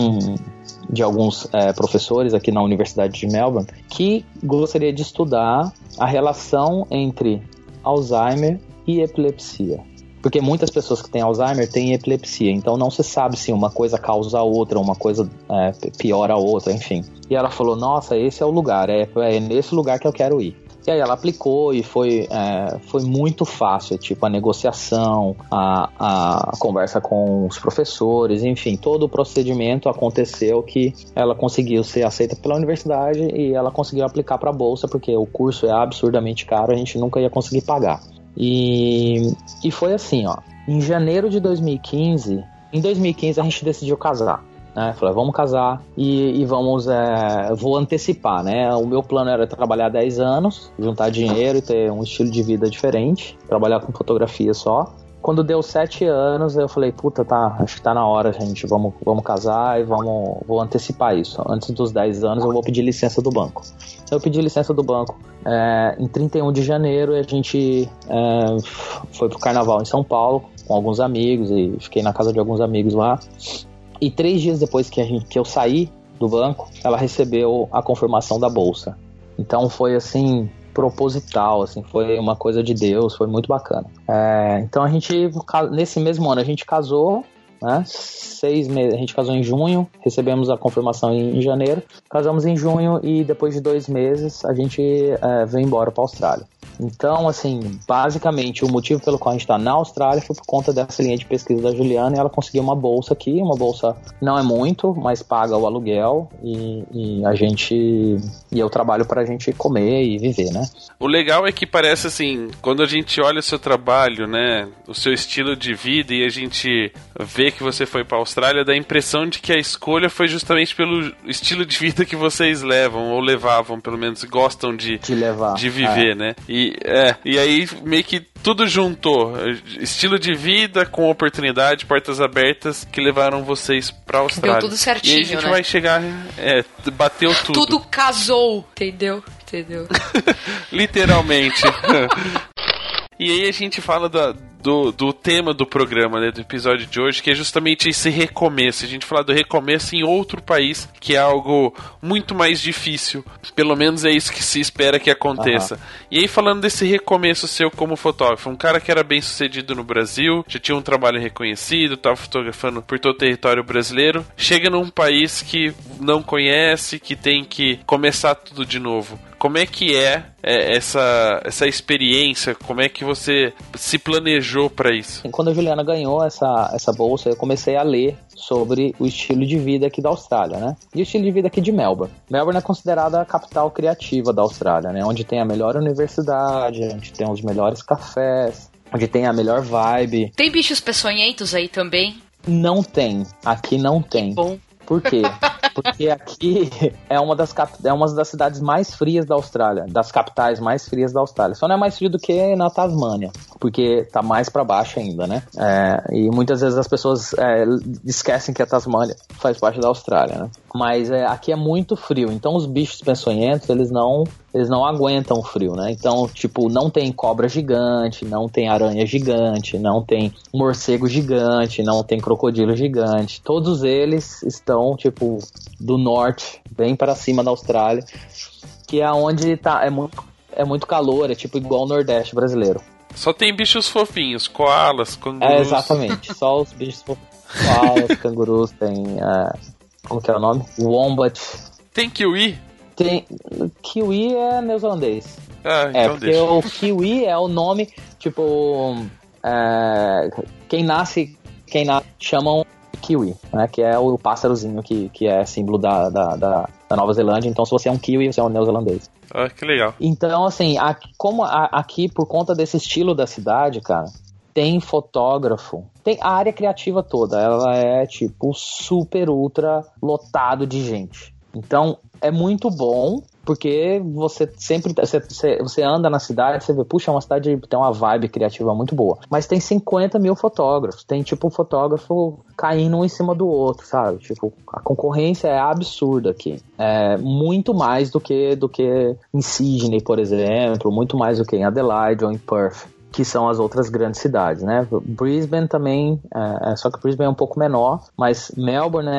de alguns professores aqui na Universidade de Melbourne, que gostaria de estudar a relação entre Alzheimer e epilepsia. Porque muitas pessoas que têm Alzheimer têm epilepsia, então não se sabe se uma coisa causa a outra, uma coisa piora a outra, enfim. E ela falou, nossa, esse é o lugar, é nesse lugar que eu quero ir. E aí ela aplicou e foi muito fácil, tipo, a negociação, a conversa com os professores, enfim, todo o procedimento aconteceu que ela conseguiu ser aceita pela universidade e ela conseguiu aplicar para a bolsa, porque o curso é absurdamente caro, a gente nunca ia conseguir pagar. E foi assim, ó, em janeiro de 2015, a gente decidiu casar. Falei, vamos casar e vou antecipar, né? O meu plano era trabalhar 10 anos, juntar dinheiro e ter um estilo de vida diferente, trabalhar com fotografia só. Quando deu 7 anos, eu falei, puta, acho que tá na hora, gente, vamos casar e vou antecipar isso. Antes dos 10 anos eu vou pedir licença do banco. Eu pedi licença do banco em 31 de janeiro, a gente foi pro carnaval em São Paulo com alguns amigos e fiquei na casa de alguns amigos lá. E 3 dias depois que eu saí do banco, ela recebeu a confirmação da bolsa. Então foi assim, proposital, assim, foi uma coisa de Deus, foi muito bacana. Então nesse mesmo ano a gente casou, né? 6 meses, a gente casou em junho, recebemos a confirmação em janeiro, casamos em junho e depois de 2 meses a gente veio embora para a Austrália. Então, assim, basicamente o motivo pelo qual a gente está na Austrália foi por conta dessa linha de pesquisa da Juliana, e ela conseguiu uma bolsa aqui, uma bolsa não é muito, mas paga o aluguel e eu trabalho pra gente comer e viver, né? O legal é que parece assim, quando a gente olha o seu trabalho, né, o seu estilo de vida e a gente vê que você foi pra Austrália, dá a impressão de que a escolha foi justamente pelo estilo de vida que vocês levam, ou levavam, pelo menos gostam de viver, né? E E aí meio que tudo juntou. Estilo de vida com oportunidade, portas abertas, que levaram vocês pra Austrália. Deu tudo certinho, e aí a gente né? vai chegar... bateu tudo. Tudo casou, entendeu? Literalmente. E aí a gente fala do tema do programa, né, do episódio de hoje, que é justamente esse recomeço. A gente fala do recomeço em outro país, que é algo muito mais difícil. Pelo menos é isso que se espera que aconteça. E aí falando desse recomeço seu como fotógrafo, um cara que era bem sucedido no Brasil, já tinha um trabalho reconhecido, estava fotografando por todo o território brasileiro, chega num país que não conhece, que tem que começar tudo de novo. Como é que é essa experiência? Como é que você se planejou para isso? Quando a Juliana ganhou essa bolsa, eu comecei a ler sobre o estilo de vida aqui da Austrália, né? E o estilo de vida aqui de Melbourne. Melbourne é considerada a capital criativa da Austrália, né? Onde tem a melhor universidade, onde tem os melhores cafés, onde tem a melhor vibe. Tem bichos peçonhentos aí também? Não tem. Aqui não tem. Bom. Por quê? Porque aqui é uma das cidades mais frias da Austrália, das capitais mais frias da Austrália. Só não é mais frio do que na Tasmânia, porque tá mais pra baixo ainda, né? E muitas vezes as pessoas esquecem que a Tasmânia faz parte da Austrália, né? Mas aqui é muito frio, então os bichos peçonhentos, eles não aguentam o frio, né? Então, tipo, não tem cobra gigante, não tem aranha gigante, não tem morcego gigante, não tem crocodilo gigante. Todos eles estão, tipo, do norte, bem para cima da Austrália, que é onde é muito calor, é tipo igual o Nordeste brasileiro. Só tem bichos fofinhos, koalas, cangurus. Exatamente, só os bichos fofinhos, koalas, cangurus, tem... como que é o nome? Wombat. Tem kiwi? Kiwi é neozelandês. Então porque deixa. o kiwi é o nome, tipo, quem nasce chamam kiwi, né? Que é o pássarozinho que é símbolo da Nova Zelândia. Então, se você é um kiwi, você é um neozelandês. Que legal. Então, assim, aqui, por conta desse estilo da cidade, cara, tem fotógrafo, tem a área criativa toda, ela é, tipo, super, ultra lotado de gente. Então, é muito bom, porque você sempre você anda na cidade, você vê, puxa, é uma cidade que tem uma vibe criativa muito boa. Mas tem 50 mil fotógrafos, tem tipo um fotógrafo caindo um em cima do outro, sabe? Tipo, a concorrência é absurda aqui. É muito mais do que em Sydney, por exemplo, muito mais do que em Adelaide ou em Perth, que são as outras grandes cidades, né? Brisbane também, só que Brisbane é um pouco menor, mas Melbourne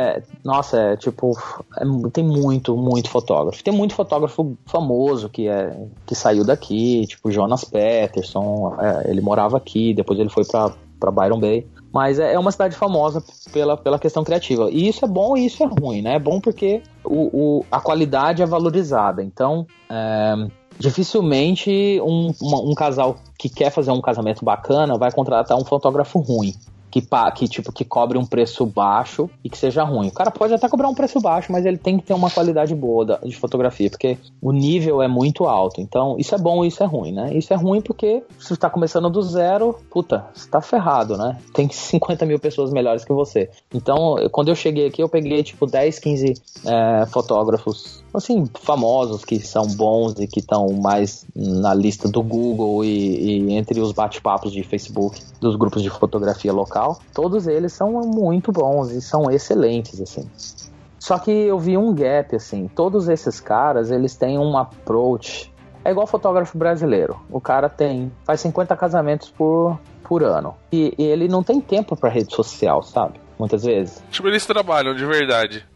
tem muito fotógrafo. Tem muito fotógrafo famoso que saiu daqui, tipo Jonas Peterson, ele morava aqui, depois ele foi para Byron Bay. Mas é uma cidade famosa pela questão criativa. E isso é bom e isso é ruim, né? É bom porque a qualidade é valorizada. Então, dificilmente um casal que quer fazer um casamento bacana vai contratar um fotógrafo ruim, que cobre um preço baixo e que seja ruim. O cara pode até cobrar um preço baixo, mas ele tem que ter uma qualidade boa de fotografia, porque o nível é muito alto. Então, isso é bom e isso é ruim, né? Isso é ruim porque se você tá começando do zero, puta, você tá ferrado, né? Tem 50 mil pessoas melhores que você. Então, quando eu cheguei aqui, eu peguei, tipo, 10, 15 fotógrafos, assim, famosos, que são bons e que estão mais na lista do Google e entre os bate-papos de Facebook, dos grupos de fotografia local. Todos eles são muito bons e são excelentes, assim. Só que eu vi um gap, assim. Todos esses caras, eles têm um approach. É igual fotógrafo brasileiro. O cara faz 50 casamentos por ano. E ele não tem tempo pra rede social, sabe? Muitas vezes. Tipo, eles trabalham de verdade.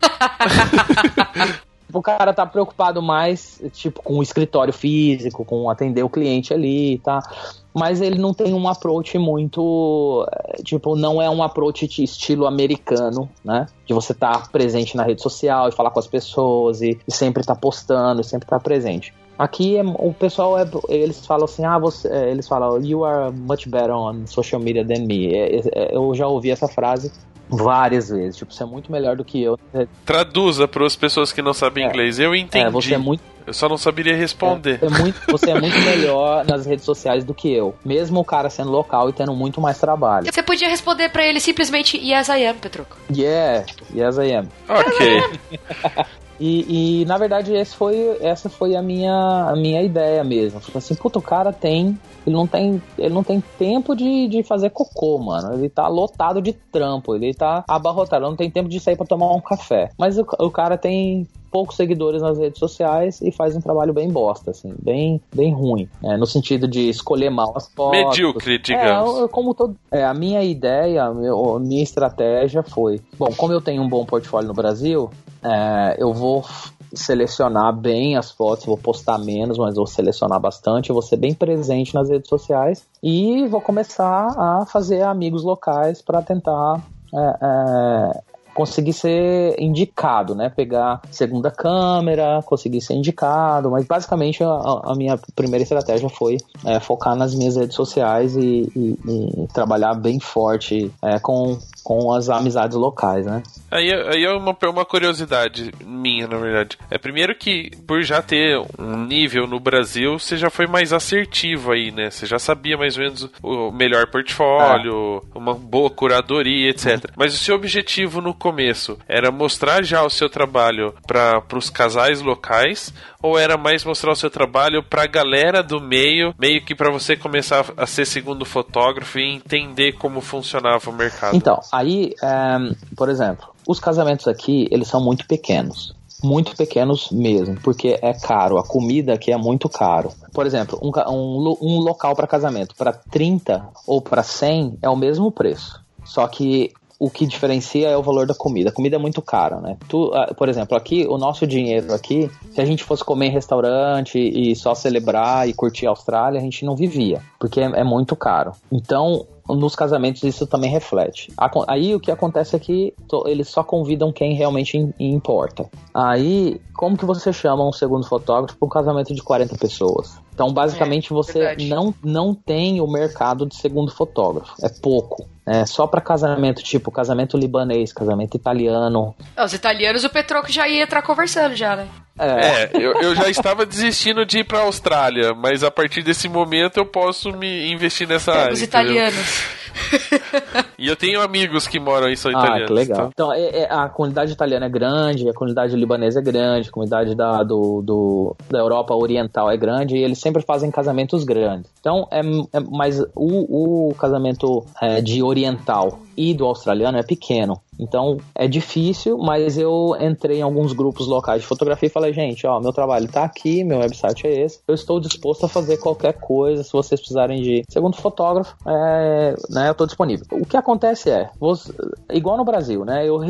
O cara tá preocupado mais, tipo, com o escritório físico, com atender o cliente ali, tá? Mas ele não tem um approach muito, tipo, não é um approach de estilo americano, né? De você estar presente na rede social e falar com as pessoas e sempre estar postando, e sempre estar presente. Aqui o pessoal, eles falam assim, eles falam, you are much better on social media than me. Eu já ouvi essa frase várias vezes, tipo, você é muito melhor do que eu. Traduza para as pessoas que não sabem inglês. Eu entendi. Você é muito... Eu só não saberia responder. Você é muito melhor nas redes sociais do que eu. Mesmo o cara sendo local e tendo muito mais trabalho. Você podia responder pra ele simplesmente, yes I am, Petrucco. Yeah, yes I am. Ok. E na verdade essa foi a minha ideia mesmo. Tipo assim, puta, o cara ele não tem tempo de fazer cocô, mano. Ele tá lotado de trampo, ele tá abarrotado, não tem tempo de sair pra tomar um café. Mas o cara tem poucos seguidores nas redes sociais e faz um trabalho bem bosta, assim, bem ruim, no sentido de escolher mal as fotos. Medíocre, digamos. A minha ideia, a minha estratégia foi, bom, como eu tenho um bom portfólio no Brasil, eu vou selecionar bem as fotos, vou postar menos, mas vou selecionar bastante, eu vou ser bem presente nas redes sociais e vou começar a fazer amigos locais para tentar conseguir ser indicado, né? Pegar segunda câmera, conseguir ser indicado, mas basicamente a minha primeira estratégia foi focar nas minhas redes sociais e trabalhar bem forte com as amizades locais, né? Aí é uma curiosidade minha, na verdade. Primeiro que, por já ter um nível no Brasil, você já foi mais assertivo aí, né? Você já sabia mais ou menos o melhor portfólio, uma boa curadoria, etc. Mas o seu objetivo no começo era mostrar já o seu trabalho para os casais locais, ou era mais mostrar o seu trabalho pra galera do meio que pra você começar a ser segundo fotógrafo e entender como funcionava o mercado? Então, aí, por exemplo, os casamentos aqui, eles são muito pequenos mesmo, porque é caro, a comida aqui é muito caro. Por exemplo, um local para casamento para 30 ou para 100 é o mesmo preço, só que o que diferencia é o valor da comida. A comida é muito cara, né? Por exemplo, aqui, o nosso dinheiro aqui, se a gente fosse comer em restaurante e só celebrar e curtir a Austrália, a gente não vivia, porque é muito caro. Então, nos casamentos isso também reflete. Aí o que acontece é que eles só convidam quem realmente importa. Aí, como que você chama um segundo fotógrafo para um casamento de 40 pessoas? Então, basicamente, você não tem o mercado de segundo fotógrafo. É pouco. Só para casamento, tipo casamento libanês, casamento italiano. Os italianos, o Petroco já ia entrar conversando já, né? Eu já estava desistindo de ir pra Austrália, mas a partir desse momento eu posso me investir nessa área. Os italianos. E eu tenho amigos que moram aí, são italianos. Que legal. Então, a comunidade italiana é grande, a comunidade libanesa é grande, a comunidade da Europa Oriental é grande, e eles sempre fazem casamentos grandes. Então, mas o casamento de oriental e do australiano é pequeno. Então, é difícil, mas eu entrei em alguns grupos locais de fotografia e falei, gente, meu trabalho tá aqui, meu website é esse, eu estou disposto a fazer qualquer coisa, se vocês precisarem de segundo fotógrafo, eu tô disponível. O que acontece igual no Brasil, né, eu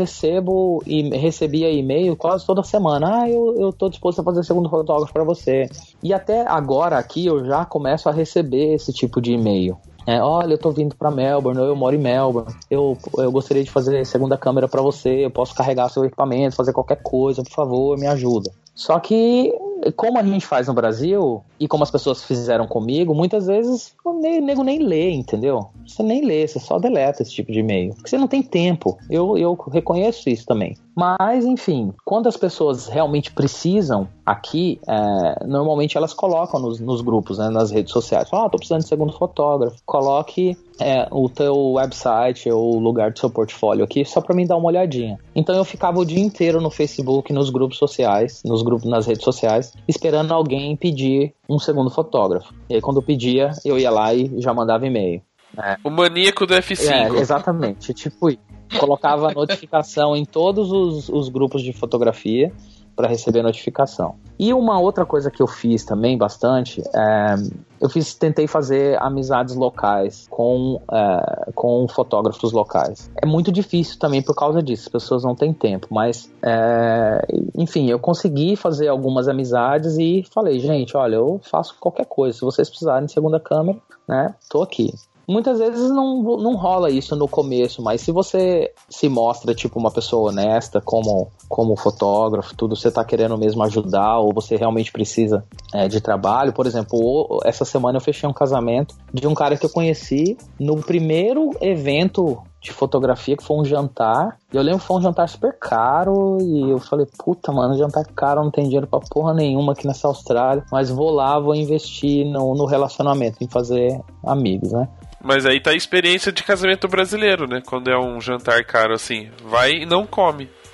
recebia e-mail quase toda semana, eu tô disposto a fazer segundo fotógrafo para você. E até agora aqui eu já começo a receber esse tipo de e-mail. Olha, eu tô vindo pra Melbourne, eu moro em Melbourne, eu gostaria de fazer segunda câmera pra você, eu posso carregar seu equipamento, fazer qualquer coisa, por favor, me ajuda. Só que, como a gente faz no Brasil, e como as pessoas fizeram comigo, muitas vezes o nego nem lê, entendeu? Você nem lê, você só deleta esse tipo de e-mail. Porque você não tem tempo, eu reconheço isso também. Mas, enfim, quando as pessoas realmente precisam aqui, normalmente elas colocam nos grupos, né, nas redes sociais. Tô precisando de segundo fotógrafo. Coloque o teu website ou o lugar do seu portfólio aqui só pra mim dar uma olhadinha. Então eu ficava o dia inteiro no Facebook, nos grupos sociais, nas redes sociais, esperando alguém pedir um segundo fotógrafo. E aí quando eu pedia, eu ia lá e já mandava e-mail. O maníaco do F5. Exatamente, tipo isso. Colocava notificação em todos os grupos de fotografia para receber notificação. E uma outra coisa que eu fiz também bastante, tentei fazer amizades locais com fotógrafos locais. É muito difícil também por causa disso, as pessoas não têm tempo, mas enfim, eu consegui fazer algumas amizades e falei, gente, olha, eu faço qualquer coisa, se vocês precisarem de segunda câmera, né, tô aqui. Muitas vezes não rola isso no começo, mas se você se mostra tipo uma pessoa honesta, como fotógrafo, tudo, você tá querendo mesmo ajudar ou você realmente precisa de trabalho. Por exemplo, essa semana eu fechei um casamento de um cara que eu conheci no primeiro evento de fotografia, que foi um jantar. Eu lembro que foi um jantar super caro e eu falei, puta, mano, jantar caro, não tem dinheiro pra porra nenhuma aqui nessa Austrália, mas vou investir no relacionamento, em fazer amigos, né? Mas aí tá a experiência de casamento brasileiro, né? Quando é um jantar caro assim, vai e não come.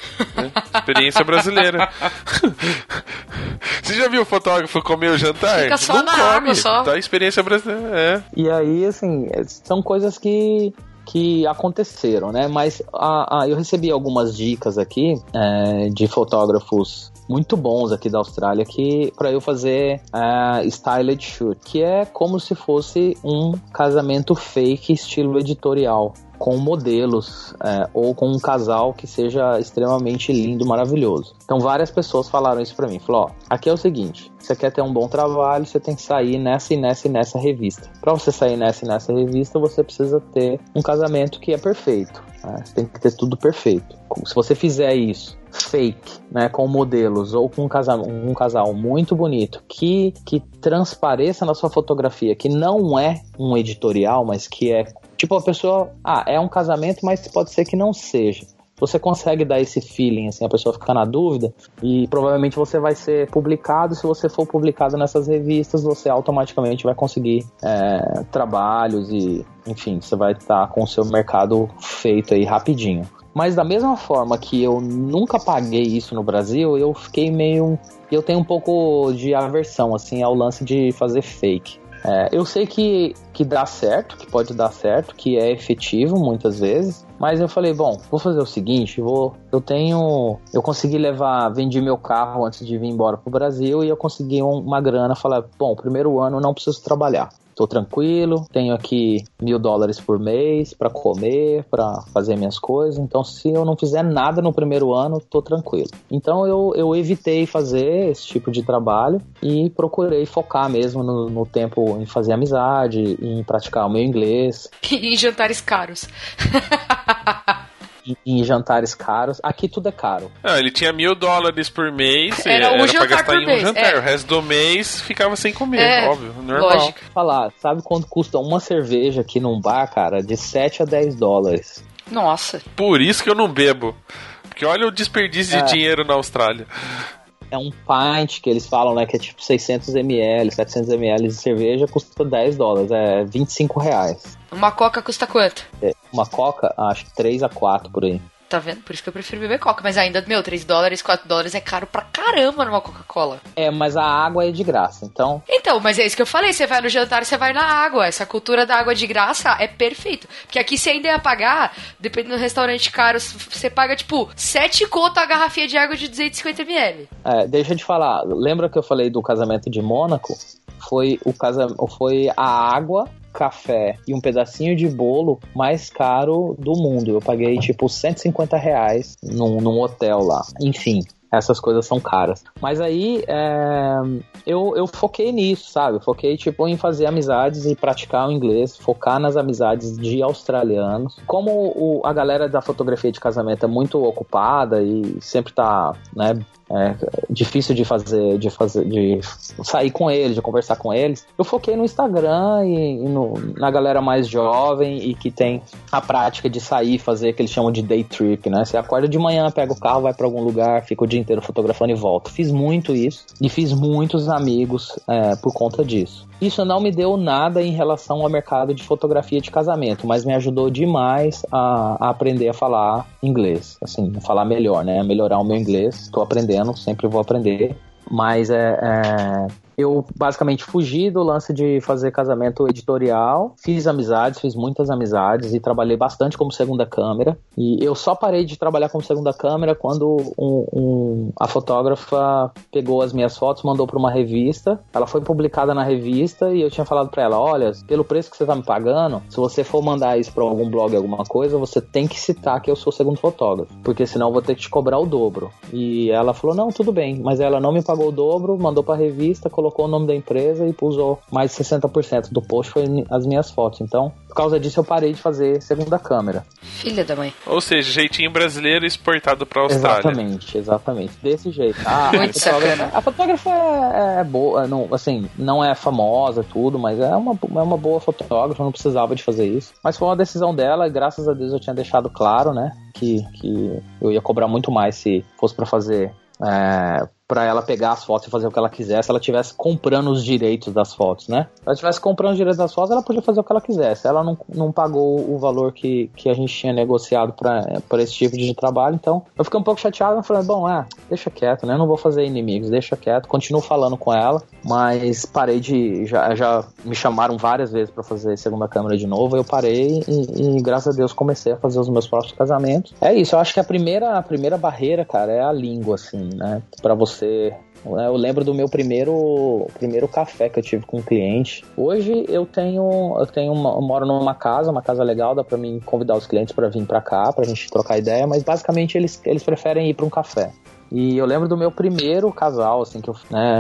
Experiência brasileira. Você já viu o fotógrafo comer o jantar? Fica só não na come, água, só. Tá experiência brasileira, E aí, assim, são coisas que aconteceram, né? Mas eu recebi algumas dicas aqui de fotógrafos muito bons aqui da Austrália para eu fazer styled shoot, que é como se fosse um casamento fake estilo editorial, com modelos ou com um casal que seja extremamente lindo, maravilhoso. Então várias pessoas falaram isso pra mim, falou, aqui é o seguinte, você quer ter um bom trabalho, você tem que sair nessa e nessa e nessa revista. Pra você sair nessa e nessa revista, você precisa ter um casamento que é perfeito, né? Você tem que ter tudo perfeito. Se você fizer isso fake, né, com modelos ou com um casal muito bonito que transpareça na sua fotografia, que não é um editorial, mas que é tipo a pessoa, é um casamento, mas pode ser que não seja. Você consegue dar esse feeling, assim, a pessoa fica na dúvida e provavelmente você vai ser publicado. Se você for publicado nessas revistas, você automaticamente vai conseguir trabalhos e, enfim, você vai estar com o seu mercado feito aí rapidinho. Mas da mesma forma que eu nunca paguei isso no Brasil, eu fiquei eu tenho um pouco de aversão, assim, ao lance de fazer fake. Eu sei que dá certo, que pode dar certo, que é efetivo muitas vezes, mas eu falei, bom, vou fazer o seguinte, eu consegui vendi meu carro antes de vir embora pro Brasil e eu consegui uma grana, falei, bom, primeiro ano eu não preciso trabalhar. Tô tranquilo, tenho aqui $1.000 por mês pra comer, pra fazer minhas coisas. Então, se eu não fizer nada no primeiro ano, tô tranquilo. Então, eu evitei fazer esse tipo de trabalho e procurei focar mesmo no tempo em fazer amizade, em praticar o meu inglês. E em jantares caros. Em jantares caros. Aqui tudo é caro. Ele tinha $1.000 por mês. Era um jantar pra gastar por em um mês, jantar. O resto do mês ficava sem comer, óbvio, normal. Lógico. Falar, sabe quanto custa uma cerveja aqui num bar, cara? De $7 a $10. Nossa. Por isso que eu não bebo. Porque olha o desperdício de dinheiro na Austrália. É um pint que eles falam, né? Que é tipo 600 ml, 700 ml de cerveja, custa $10. É R$25. Uma coca custa quanto? Uma coca, acho que 3 a 4 por aí. Tá vendo? Por isso que eu prefiro beber coca. Mas ainda, $3, $4 é caro pra caramba numa Coca-Cola. Mas a água é de graça, então... Então, mas é isso que eu falei. Você vai no jantar, você vai na água. Essa cultura da água de graça é perfeito. Porque aqui você ainda ia pagar, dependendo do restaurante caro, você paga, tipo, 7 conto a garrafinha de água de 250 ml. Deixa eu te falar. Lembra que eu falei do casamento de Mônaco? Foi a água, café e um pedacinho de bolo mais caro do mundo. Eu paguei tipo R$150 num hotel lá. Enfim, essas coisas são caras. Mas aí eu foquei nisso, sabe? Eu foquei tipo em fazer amizades e praticar o inglês, focar nas amizades de australianos. Como a galera da fotografia de casamento é muito ocupada e sempre tá, né, difícil de sair com eles, de conversar com eles, eu foquei no Instagram e na galera mais jovem e que tem a prática de sair, fazer o que eles chamam de day trip, né? Você acorda de manhã, pega o carro, vai pra algum lugar, fica o dia inteiro fotografando e volta. Fiz muito isso e fiz muitos amigos por conta disso. Isso não me deu nada em relação ao mercado de fotografia de casamento, mas me ajudou demais a aprender a falar inglês, assim, falar melhor, né? Melhorar o meu inglês. Estou aprendendo, sempre vou aprender, mas eu basicamente fugi do lance de fazer casamento editorial, fiz muitas amizades e trabalhei bastante como segunda câmera. E eu só parei de trabalhar como segunda câmera quando a fotógrafa pegou as minhas fotos, mandou para uma revista. Ela foi publicada na revista e eu tinha falado para ela, olha, pelo preço que você tá me pagando, se você for mandar isso para algum blog, alguma coisa, você tem que citar que eu sou segundo fotógrafo, porque senão eu vou ter que te cobrar o dobro. E ela falou, não, tudo bem, mas ela não me pagou o dobro, mandou para a revista, colocou o nome da empresa e usou mais de 60% do post foi as minhas fotos. Então, por causa disso, eu parei de fazer segunda câmera. Filha da mãe. Ou seja, jeitinho brasileiro exportado pra Austrália. Exatamente. Desse jeito. Muito sacana. A fotógrafa é boa, não é famosa, tudo, mas é uma boa fotógrafa, não precisava de fazer isso. Mas foi uma decisão dela e graças a Deus eu tinha deixado claro, né, que eu ia cobrar muito mais se fosse pra fazer pra ela pegar as fotos e fazer o que ela quisesse, ela estivesse comprando os direitos das fotos, né? Se ela estivesse comprando os direitos das fotos, ela podia fazer o que ela quisesse. Ela não pagou o valor que a gente tinha negociado pra esse tipo de trabalho, então eu fiquei um pouco chateado, falando, bom, deixa quieto, né? Eu não vou fazer inimigos, deixa quieto, continuo falando com ela, mas parei de... Já me chamaram várias vezes pra fazer segunda câmera de novo, eu parei e graças a Deus comecei a fazer os meus próprios casamentos. É isso, eu acho que a primeira barreira, cara, é a língua, assim, né? Pra você... Eu lembro do meu primeiro café que eu tive com um cliente. Hoje eu moro numa casa, uma casa legal, dá pra mim convidar os clientes pra vir pra cá, pra gente trocar ideia, mas basicamente eles preferem ir pra um café. E eu lembro do meu primeiro casal, assim, que eu,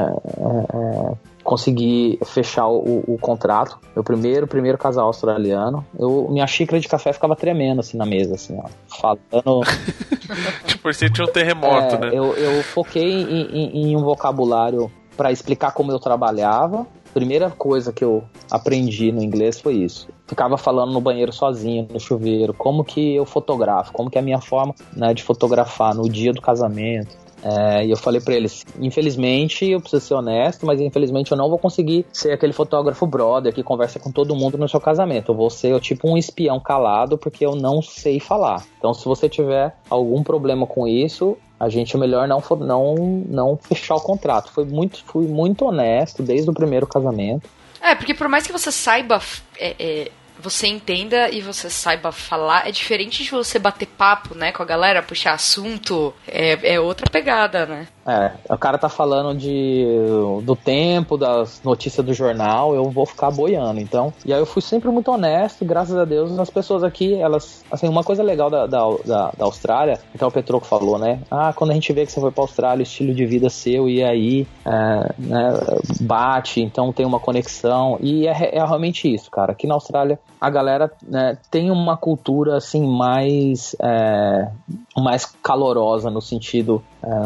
consegui fechar o contrato. Meu primeiro casal australiano. Minha xícara de café ficava tremendo, assim, na mesa, assim, ó. Falando... Tipo, você tinha um terremoto, né? Eu foquei em um vocabulário para explicar como eu trabalhava. Primeira coisa que eu aprendi no inglês foi isso. Ficava falando no banheiro sozinho, no chuveiro, como que eu fotografo, como que é a minha forma, né, de fotografar no dia do casamento. E eu falei pra eles, infelizmente eu preciso ser honesto, mas infelizmente eu não vou conseguir ser aquele fotógrafo brother que conversa com todo mundo no seu casamento. Eu vou ser tipo um espião calado porque eu não sei falar. Então se você tiver algum problema com isso, a gente é melhor não fechar o contrato. Fui muito honesto desde o primeiro casamento. Porque por mais que você saiba... você entenda e você saiba falar, é diferente de você bater papo, né, com a galera, puxar assunto, é outra pegada, né? O cara tá falando do tempo, das notícias do jornal, eu vou ficar boiando, então. E aí eu fui sempre muito honesto, e graças a Deus as pessoas aqui, elas, assim, uma coisa legal da Austrália, então o Petroco falou, né, quando a gente vê que você foi pra Austrália, o estilo de vida seu, e aí, né, bate, então tem uma conexão, e é realmente isso, cara, aqui na Austrália, a galera, né, tem uma cultura, assim, mais calorosa no sentido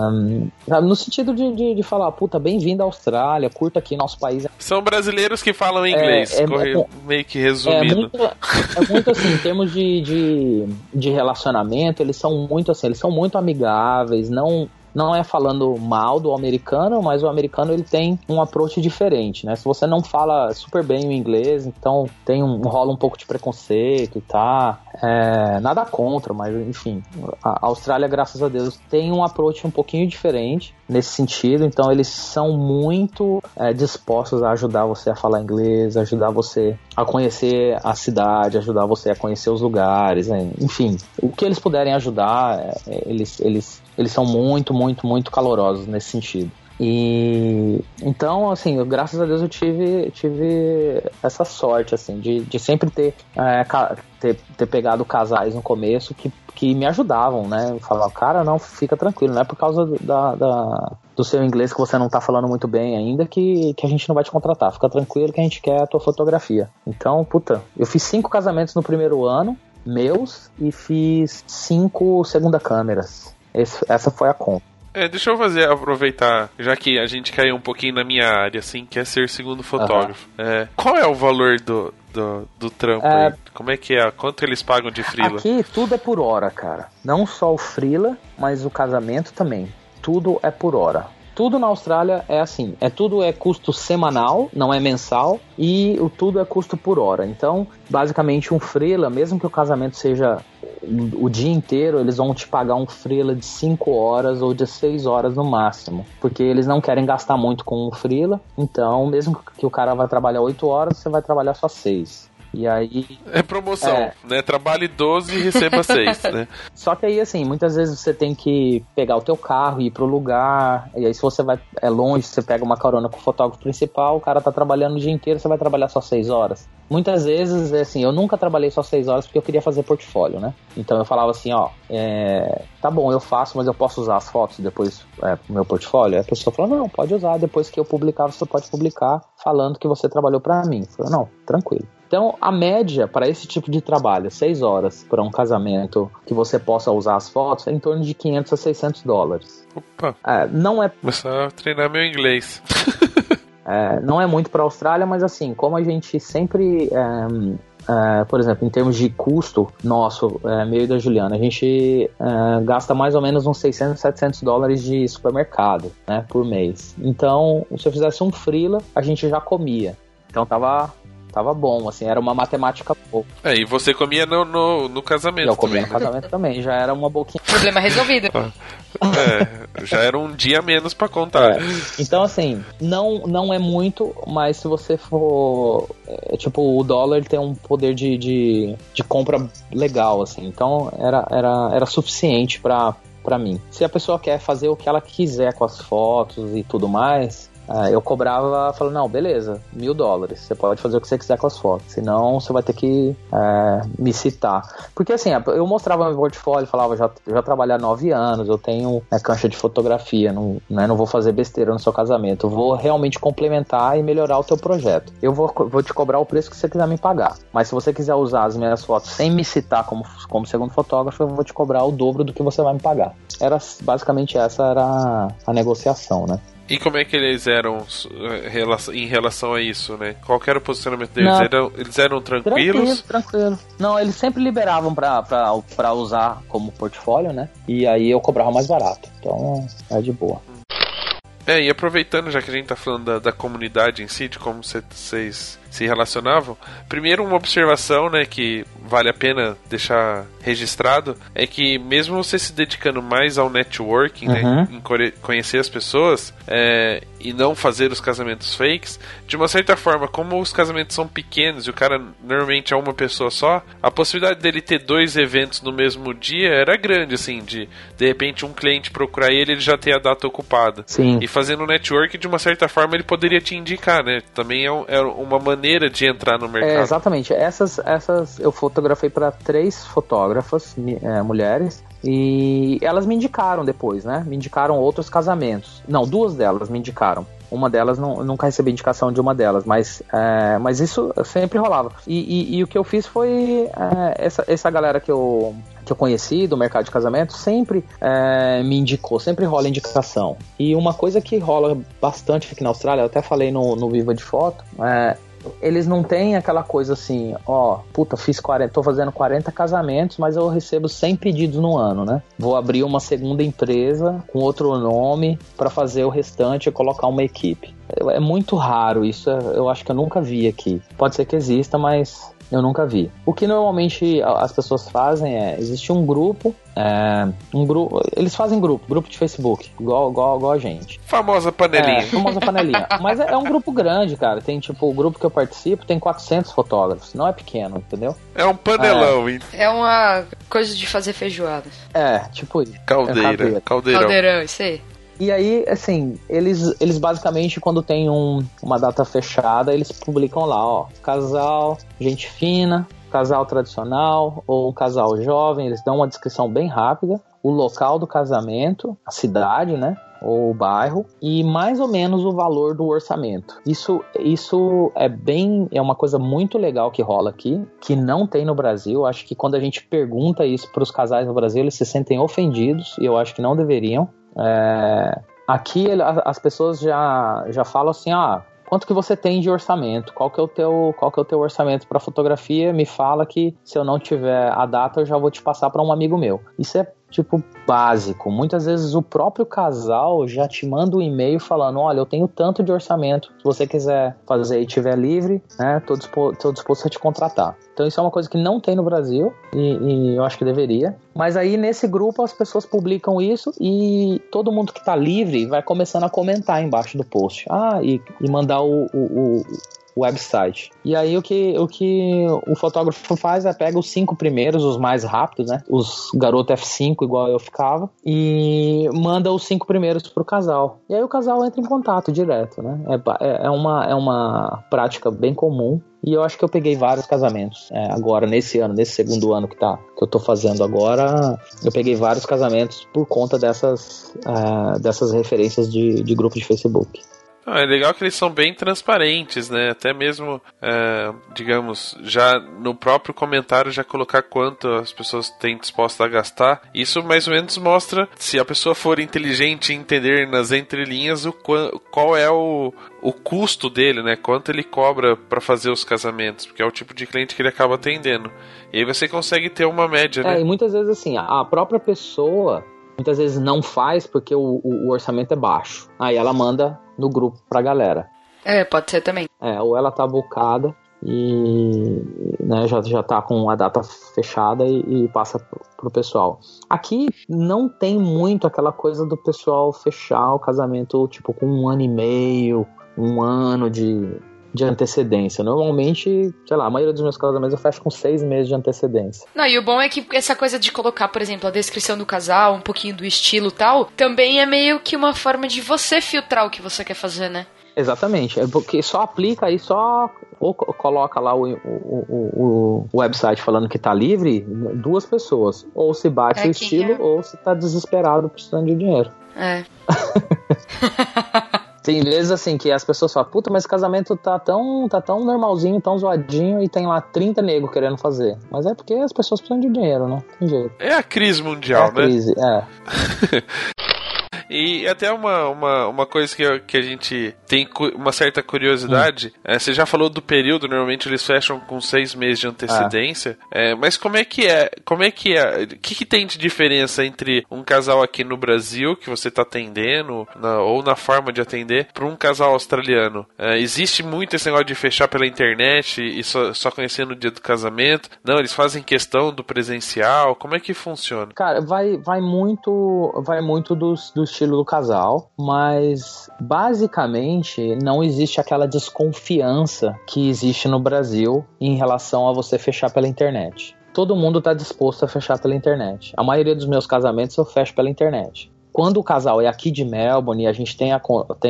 de falar, puta, bem-vindo à Austrália, curta aqui nosso país. São brasileiros que falam inglês, meio que resumido. É muito assim, em termos de relacionamento, eles são muito amigáveis, não é falando mal do americano, mas o americano ele tem um approach diferente, né? Se você não fala super bem o inglês, então rola um pouco de preconceito e tá. Nada contra, mas enfim, a Austrália, graças a Deus, tem um approach um pouquinho diferente nesse sentido, então eles são muito dispostos a ajudar você a falar inglês, ajudar você a conhecer a cidade, ajudar você a conhecer os lugares, né? Enfim, o que eles puderem ajudar, eles são muito, muito, muito calorosos nesse sentido. E então, assim, graças a Deus eu tive essa sorte, assim, de sempre ter pegado casais no começo que me ajudavam, né? Falavam, cara, não, fica tranquilo, não é por causa do seu inglês que você não tá falando muito bem ainda que a gente não vai te contratar, fica tranquilo que a gente quer a tua fotografia. Então, puta, eu fiz 5 casamentos no primeiro ano, meus, e fiz 5 segunda câmeras. Essa foi a conta. Deixa eu aproveitar, já que a gente caiu um pouquinho na minha área, assim, que é ser segundo fotógrafo. Qual é o valor do trampo aí? Como é que é? Quanto eles pagam de freela? Aqui tudo é por hora, cara. Não só o freela, mas o casamento também. Tudo é por hora. Tudo na Austrália é assim, tudo é custo semanal, não é mensal, e tudo é custo por hora. Então, basicamente um freela, mesmo que o casamento seja o dia inteiro, eles vão te pagar um freela de 5 horas ou de 6 horas no máximo, porque eles não querem gastar muito com o freela, então mesmo que o cara vai trabalhar 8 horas, você vai trabalhar só 6. E aí... É promoção, né? Trabalhe 12 e receba 6, né? Só que aí, assim, muitas vezes você tem que pegar o teu carro e ir pro lugar, e aí se você é longe, você pega uma carona com o fotógrafo principal, o cara tá trabalhando o dia inteiro, você vai trabalhar só 6 horas. Muitas vezes, assim, eu nunca trabalhei só 6 horas porque eu queria fazer portfólio, né? Então eu falava assim, tá bom, eu faço, mas eu posso usar as fotos depois pro meu portfólio? Aí a pessoa falou, não, pode usar, depois que eu publicar, você pode publicar falando que você trabalhou pra mim. Eu falei, não, tranquilo. Então, a média para esse tipo de trabalho, 6 horas para um casamento que você possa usar as fotos, é em torno de $500 a $600. Opa! Não é... Começar a treinar meu inglês. Não é muito para a Austrália, mas assim, como a gente sempre por exemplo, em termos de custo nosso, meu e da Juliana, a gente gasta mais ou menos uns 600, 700 dólares de supermercado, né, por mês. Então, se eu fizesse um freela, a gente já comia. Então tava bom, assim, era uma matemática boa. E você comia no casamento eu comia também, no casamento também, já era uma boquinha. Problema resolvido. Já era um dia a menos pra contar. Então, assim, não é muito, mas se você for... tipo, o dólar ele tem um poder de compra legal, assim. Então, era suficiente pra mim. Se a pessoa quer fazer o que ela quiser com as fotos e tudo mais... eu cobrava, falando, não, beleza, $1.000, você pode fazer o que você quiser com as fotos, senão você vai ter que me citar. Porque assim, eu mostrava meu portfólio, falava, já trabalhei há 9 anos, eu tenho cancha de fotografia, não vou fazer besteira no seu casamento, eu vou realmente complementar e melhorar o teu projeto. Eu vou te cobrar o preço que você quiser me pagar, mas se você quiser usar as minhas fotos sem me citar como segundo fotógrafo, eu vou te cobrar o dobro do que você vai me pagar. Basicamente essa era a negociação, né? E como é que eles eram em relação a isso, né? Qual que era o posicionamento deles? Eles eram tranquilos? Tranquilo. Não, eles sempre liberavam pra usar como portfólio, né? E aí eu cobrava mais barato. Então, é de boa. E aproveitando, já que a gente tá falando da comunidade em si, de como vocês se relacionavam, primeiro uma observação, né, que vale a pena deixar registrado, é que mesmo você se dedicando mais ao networking, né, em conhecer as pessoas, e não fazer os casamentos fakes, de uma certa forma, como os casamentos são pequenos e o cara normalmente é uma pessoa só, a possibilidade dele ter 2 eventos no mesmo dia era grande, assim, de repente um cliente procurar ele já ter a data ocupada. Sim. E fazendo network, de uma certa forma, ele poderia te indicar, né? Também é uma maneira de entrar no mercado. Exatamente. Essas eu fotografei para 3 fotógrafas, mulheres, e elas me indicaram depois, né? Me indicaram outros casamentos. Não, 2 delas me indicaram. Uma delas, nunca recebi indicação de uma delas, mas isso sempre rolava. E o que eu fiz foi, essa galera que eu conheci do mercado de casamento sempre me indicou, sempre rola indicação. E uma coisa que rola bastante aqui na Austrália, eu até falei no Viva de Foto, eles não têm aquela coisa assim, tô fazendo 40 casamentos, mas eu recebo 100 pedidos no ano, né? Vou abrir uma segunda empresa com outro nome para fazer o restante e colocar uma equipe. É muito raro isso, eu acho que eu nunca vi aqui. Pode ser que exista, mas eu nunca vi. O que normalmente as pessoas fazem existe um grupo, eles fazem grupo de Facebook, igual a gente. Famosa panelinha. Famosa panelinha. Mas é um grupo grande, cara. Tem o grupo que eu participo tem 400 fotógrafos. Não é pequeno, entendeu? É um panelão, hein? É uma coisa de fazer feijoada. Tipo isso. Caldeirão. Caldeirão, isso aí. E aí, assim, eles basicamente, quando tem uma data fechada, eles publicam lá, casal, gente fina, casal tradicional ou um casal jovem, eles dão uma descrição bem rápida, o local do casamento, a cidade, né, ou o bairro, e mais ou menos o valor do orçamento. Isso é uma coisa muito legal que rola aqui, que não tem no Brasil. Acho que quando a gente pergunta isso para os casais no Brasil, eles se sentem ofendidos, e eu acho que não deveriam. Aqui as pessoas já falam assim, quanto que você tem de orçamento? Qual que é o teu orçamento para fotografia? Me fala que se eu não tiver a data eu já vou te passar para um amigo meu. Isso é básico. Muitas vezes o próprio casal já te manda um e-mail falando, olha, eu tenho tanto de orçamento, se você quiser fazer e estiver livre, né, tô disposto a te contratar. Então isso é uma coisa que não tem no Brasil e eu acho que deveria. Mas aí nesse grupo as pessoas publicam isso e todo mundo que tá livre vai começando a comentar embaixo do post. E mandar o website. E aí o que o fotógrafo faz é pega os 5 primeiros, os mais rápidos, né? Os garoto F5, igual eu ficava, e manda os 5 primeiros pro casal. E aí o casal entra em contato direto, né? É uma prática bem comum. E eu acho que eu peguei vários casamentos agora, nesse segundo ano que eu tô fazendo agora, eu peguei vários casamentos por conta dessas referências de grupo de Facebook. É legal que eles são bem transparentes, né? Até mesmo, digamos, já no próprio comentário já colocar quanto as pessoas têm dispostas a gastar. Isso mais ou menos mostra, se a pessoa for inteligente e entender nas entrelinhas qual é o custo dele, né? Quanto ele cobra para fazer os casamentos, porque é o tipo de cliente que ele acaba atendendo. E aí você consegue ter uma média, né? E muitas vezes assim, a própria pessoa muitas vezes não faz porque o orçamento é baixo. Aí ela manda no grupo pra galera. Pode ser também. Ou ela tá bucada e né, já tá com a data fechada e passa pro pessoal. Aqui não tem muito aquela coisa do pessoal fechar o casamento tipo com 1 ano e meio, 1 ano de antecedência. Normalmente, sei lá, a maioria dos meus casamentos eu fecho com 6 meses de antecedência. Não, e o bom é que essa coisa de colocar, por exemplo, a descrição do casal, um pouquinho do estilo e tal, também é meio que uma forma de você filtrar o que você quer fazer, né? Exatamente, porque só aplica aí, ou coloca lá o website falando que tá livre, 2 pessoas, ou se bate o estilo, ou se tá desesperado precisando de dinheiro. Tem vezes assim que as pessoas falam, puta, mas esse casamento tá tão normalzinho, tão zoadinho, e tem lá 30 negros querendo fazer. Mas é porque as pessoas precisam de dinheiro, né? Tem jeito. É a crise mundial, né? Crise, E até uma coisa que a gente tem uma certa curiosidade, você já falou do período, normalmente eles fecham com 6 meses de antecedência, mas como é que é? O que tem de diferença entre um casal aqui no Brasil, que você está atendendo, ou na forma de atender, para um casal australiano? Existe muito esse negócio de fechar pela internet e só conhecer no dia do casamento? Não, eles fazem questão do presencial? Como é que funciona? Cara, vai muito do estilo do casal, mas basicamente não existe aquela desconfiança que existe no Brasil em relação a você fechar pela internet. Todo mundo está disposto a fechar pela internet. A maioria dos meus casamentos eu fecho pela internet. Quando o casal é aqui de Melbourne e a gente tem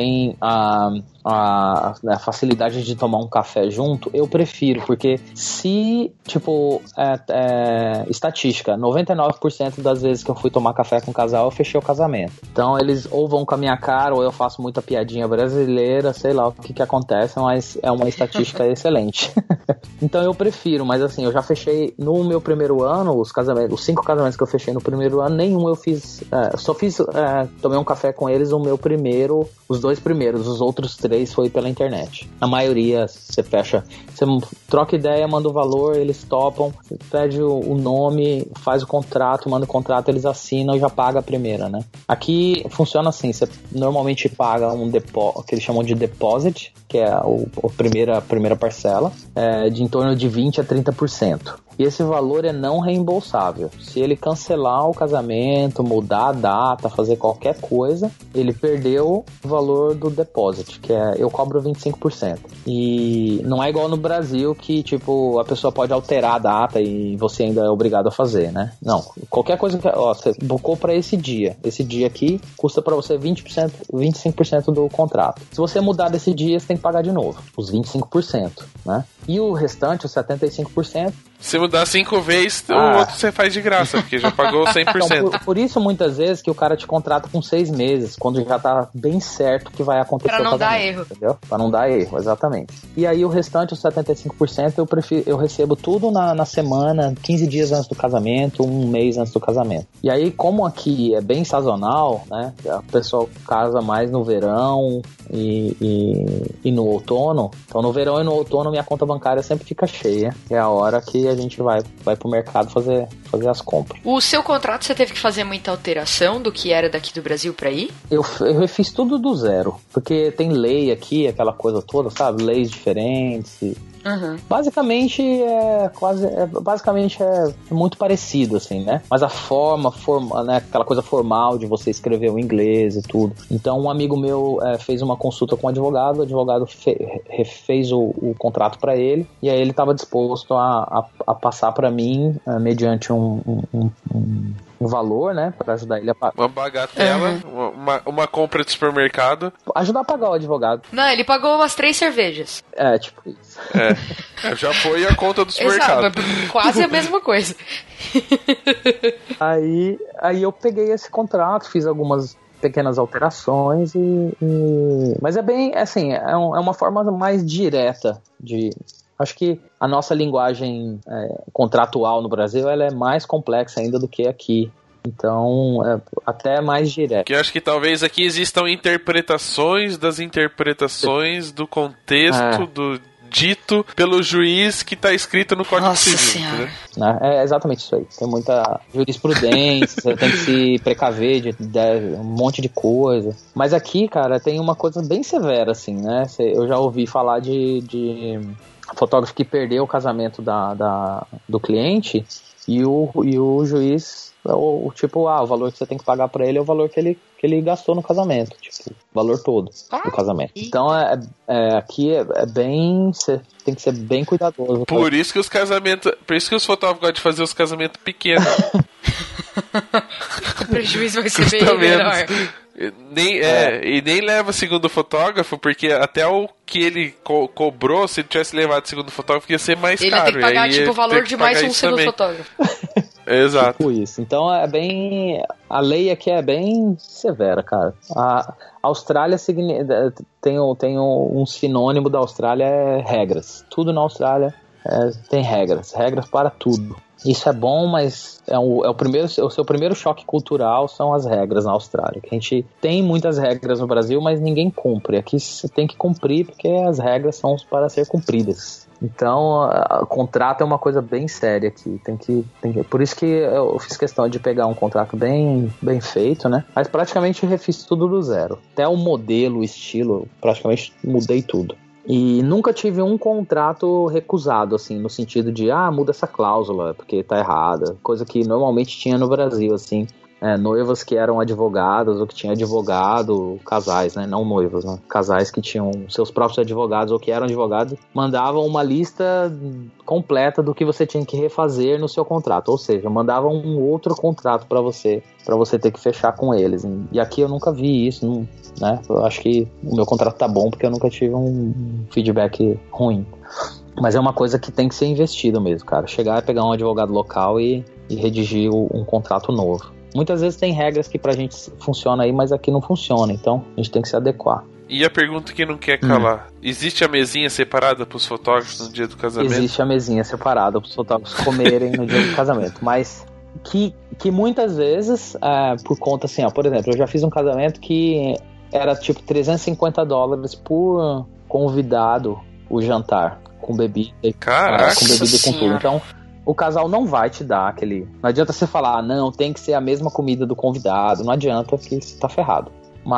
a facilidade de tomar um café junto, eu prefiro, porque se, tipo, estatística, 99% das vezes que eu fui tomar café com o casal, eu fechei o casamento. Então eles ou vão com a minha cara, ou eu faço muita piadinha brasileira, sei lá o que acontece, mas é uma estatística excelente. Então eu prefiro, mas assim, eu já fechei no meu primeiro ano, os 5 casamentos que eu fechei no primeiro ano, nenhum eu fiz, tomei um café com eles os 2 primeiros, os outros 3 foi pela internet. A maioria você fecha, você troca ideia, manda o valor, eles topam, você pede o nome, faz o contrato, manda o contrato, eles assinam e já paga a primeira, né? Aqui funciona assim, você normalmente paga que eles chamam de deposit, que é a primeira parcela, de em torno de 20% a 30%. E esse valor é não reembolsável. Se ele cancelar o casamento, mudar a data, fazer qualquer coisa, ele perdeu o valor do deposit, que eu cobro 25%. E não é igual no Brasil que, tipo, a pessoa pode alterar a data e você ainda é obrigado a fazer, né? Não, qualquer coisa que você bucou para esse dia aqui custa para você 25% do contrato. Se você mudar desse dia, você tem que pagar de novo, os 25%, né? E o restante, os 75%, se mudar 5 vezes, o outro você faz de graça, porque já pagou 100%. Então, por isso, muitas vezes, que o cara te contrata com 6 meses, quando já tá bem certo que vai acontecer. Pra não dar erro. Entendeu? Pra não dar erro, exatamente. E aí o restante, os 75%, eu recebo tudo na semana, 15 dias antes do casamento, 1 mês antes do casamento. E aí, como aqui é bem sazonal, né? O pessoal casa mais no verão e no outono. Então, no verão e no outono, minha conta bancária sempre fica cheia. É a hora que a gente vai pro mercado fazer as compras. O seu contrato, você teve que fazer muita alteração do que era daqui do Brasil pra ir? Eu refiz tudo do zero, porque tem lei aqui, aquela coisa toda, sabe? Leis diferentes. Uhum. Basicamente é muito parecido, assim, né? Mas a forma, né? Aquela coisa formal de você escrever o inglês e tudo. Então um amigo meu fez uma consulta com o advogado refez o contrato para ele, e aí ele estava disposto a passar para mim mediante um valor, né, para ajudar ele a pagar. Uma bagatela, uma compra de supermercado. Ajudar a pagar o advogado. Não, ele pagou umas 3 cervejas. Tipo isso. Já foi a conta do supermercado. Exato, quase a mesma coisa. Aí eu peguei esse contrato, fiz algumas pequenas alterações mas é bem, assim, é uma forma mais direta de... Acho que a nossa linguagem contratual no Brasil, ela é mais complexa ainda do que aqui. Então, até mais direto. Que eu acho que talvez aqui existam interpretações das interpretações do contexto do dito pelo juiz que está escrito no Código Civil. Né? É exatamente isso aí. Tem muita jurisprudência, você tem que se precaver de um monte de coisa. Mas aqui, cara, tem uma coisa bem severa, assim, né? Eu já ouvi falar de fotógrafo que perdeu o casamento do cliente e o juiz... o valor que você tem que pagar pra ele é o valor que ele gastou no casamento, tipo, o valor todo do casamento. Então, aqui é bem, você tem que ser bem cuidadoso. Por isso que os fotógrafos gostam de fazer os casamentos pequenos. O prejuízo vai ser bem menor. E nem leva segundo o fotógrafo, porque até o que ele cobrou, se ele tivesse levado segundo o fotógrafo, ia ser mais ele caro. Ele tem que pagar o valor de mais um segundo fotógrafo. Exato. Tipo isso. Então a lei aqui é bem severa, cara. A Austrália tem um sinônimo da Austrália, é regras. Tudo na Austrália tem regras para tudo. Isso é bom, mas o seu primeiro choque cultural são as regras na Austrália. A gente tem muitas regras no Brasil, mas ninguém cumpre. Aqui você tem que cumprir porque as regras são para ser cumpridas. Então, o contrato é uma coisa bem séria aqui. Por isso que eu fiz questão de pegar um contrato bem feito, né? Mas praticamente refiz tudo do zero. Até o modelo, o estilo, praticamente mudei tudo. E nunca tive um contrato recusado, assim, no sentido de, muda essa cláusula, porque tá errada. Coisa que normalmente tinha no Brasil, assim. Noivas que eram advogadas ou que tinham advogado, casais, né? Não noivas, né? Casais que tinham seus próprios advogados ou que eram advogados, mandavam uma lista completa do que você tinha que refazer no seu contrato. Ou seja, mandavam um outro contrato para você ter que fechar com eles. E aqui eu nunca vi isso, né? Eu acho que o meu contrato tá bom porque eu nunca tive um feedback ruim. Mas é uma coisa que tem que ser investido mesmo, cara. Chegar e pegar um advogado local e redigir um contrato novo. Muitas vezes tem regras que pra gente funciona aí, mas aqui não funciona, então a gente tem que se adequar. E a pergunta que não quer calar, existe a mesinha separada pros fotógrafos no dia do casamento? Existe a mesinha separada pros fotógrafos comerem no dia do casamento, mas que muitas vezes, por conta assim, por exemplo, eu já fiz um casamento que era tipo $350 por convidado o jantar, com bebida, Caraca, com bebida e com tudo, então... O casal não vai te dar aquele... Não adianta você falar, não, tem que ser a mesma comida do convidado. Não adianta, que você tá ferrado.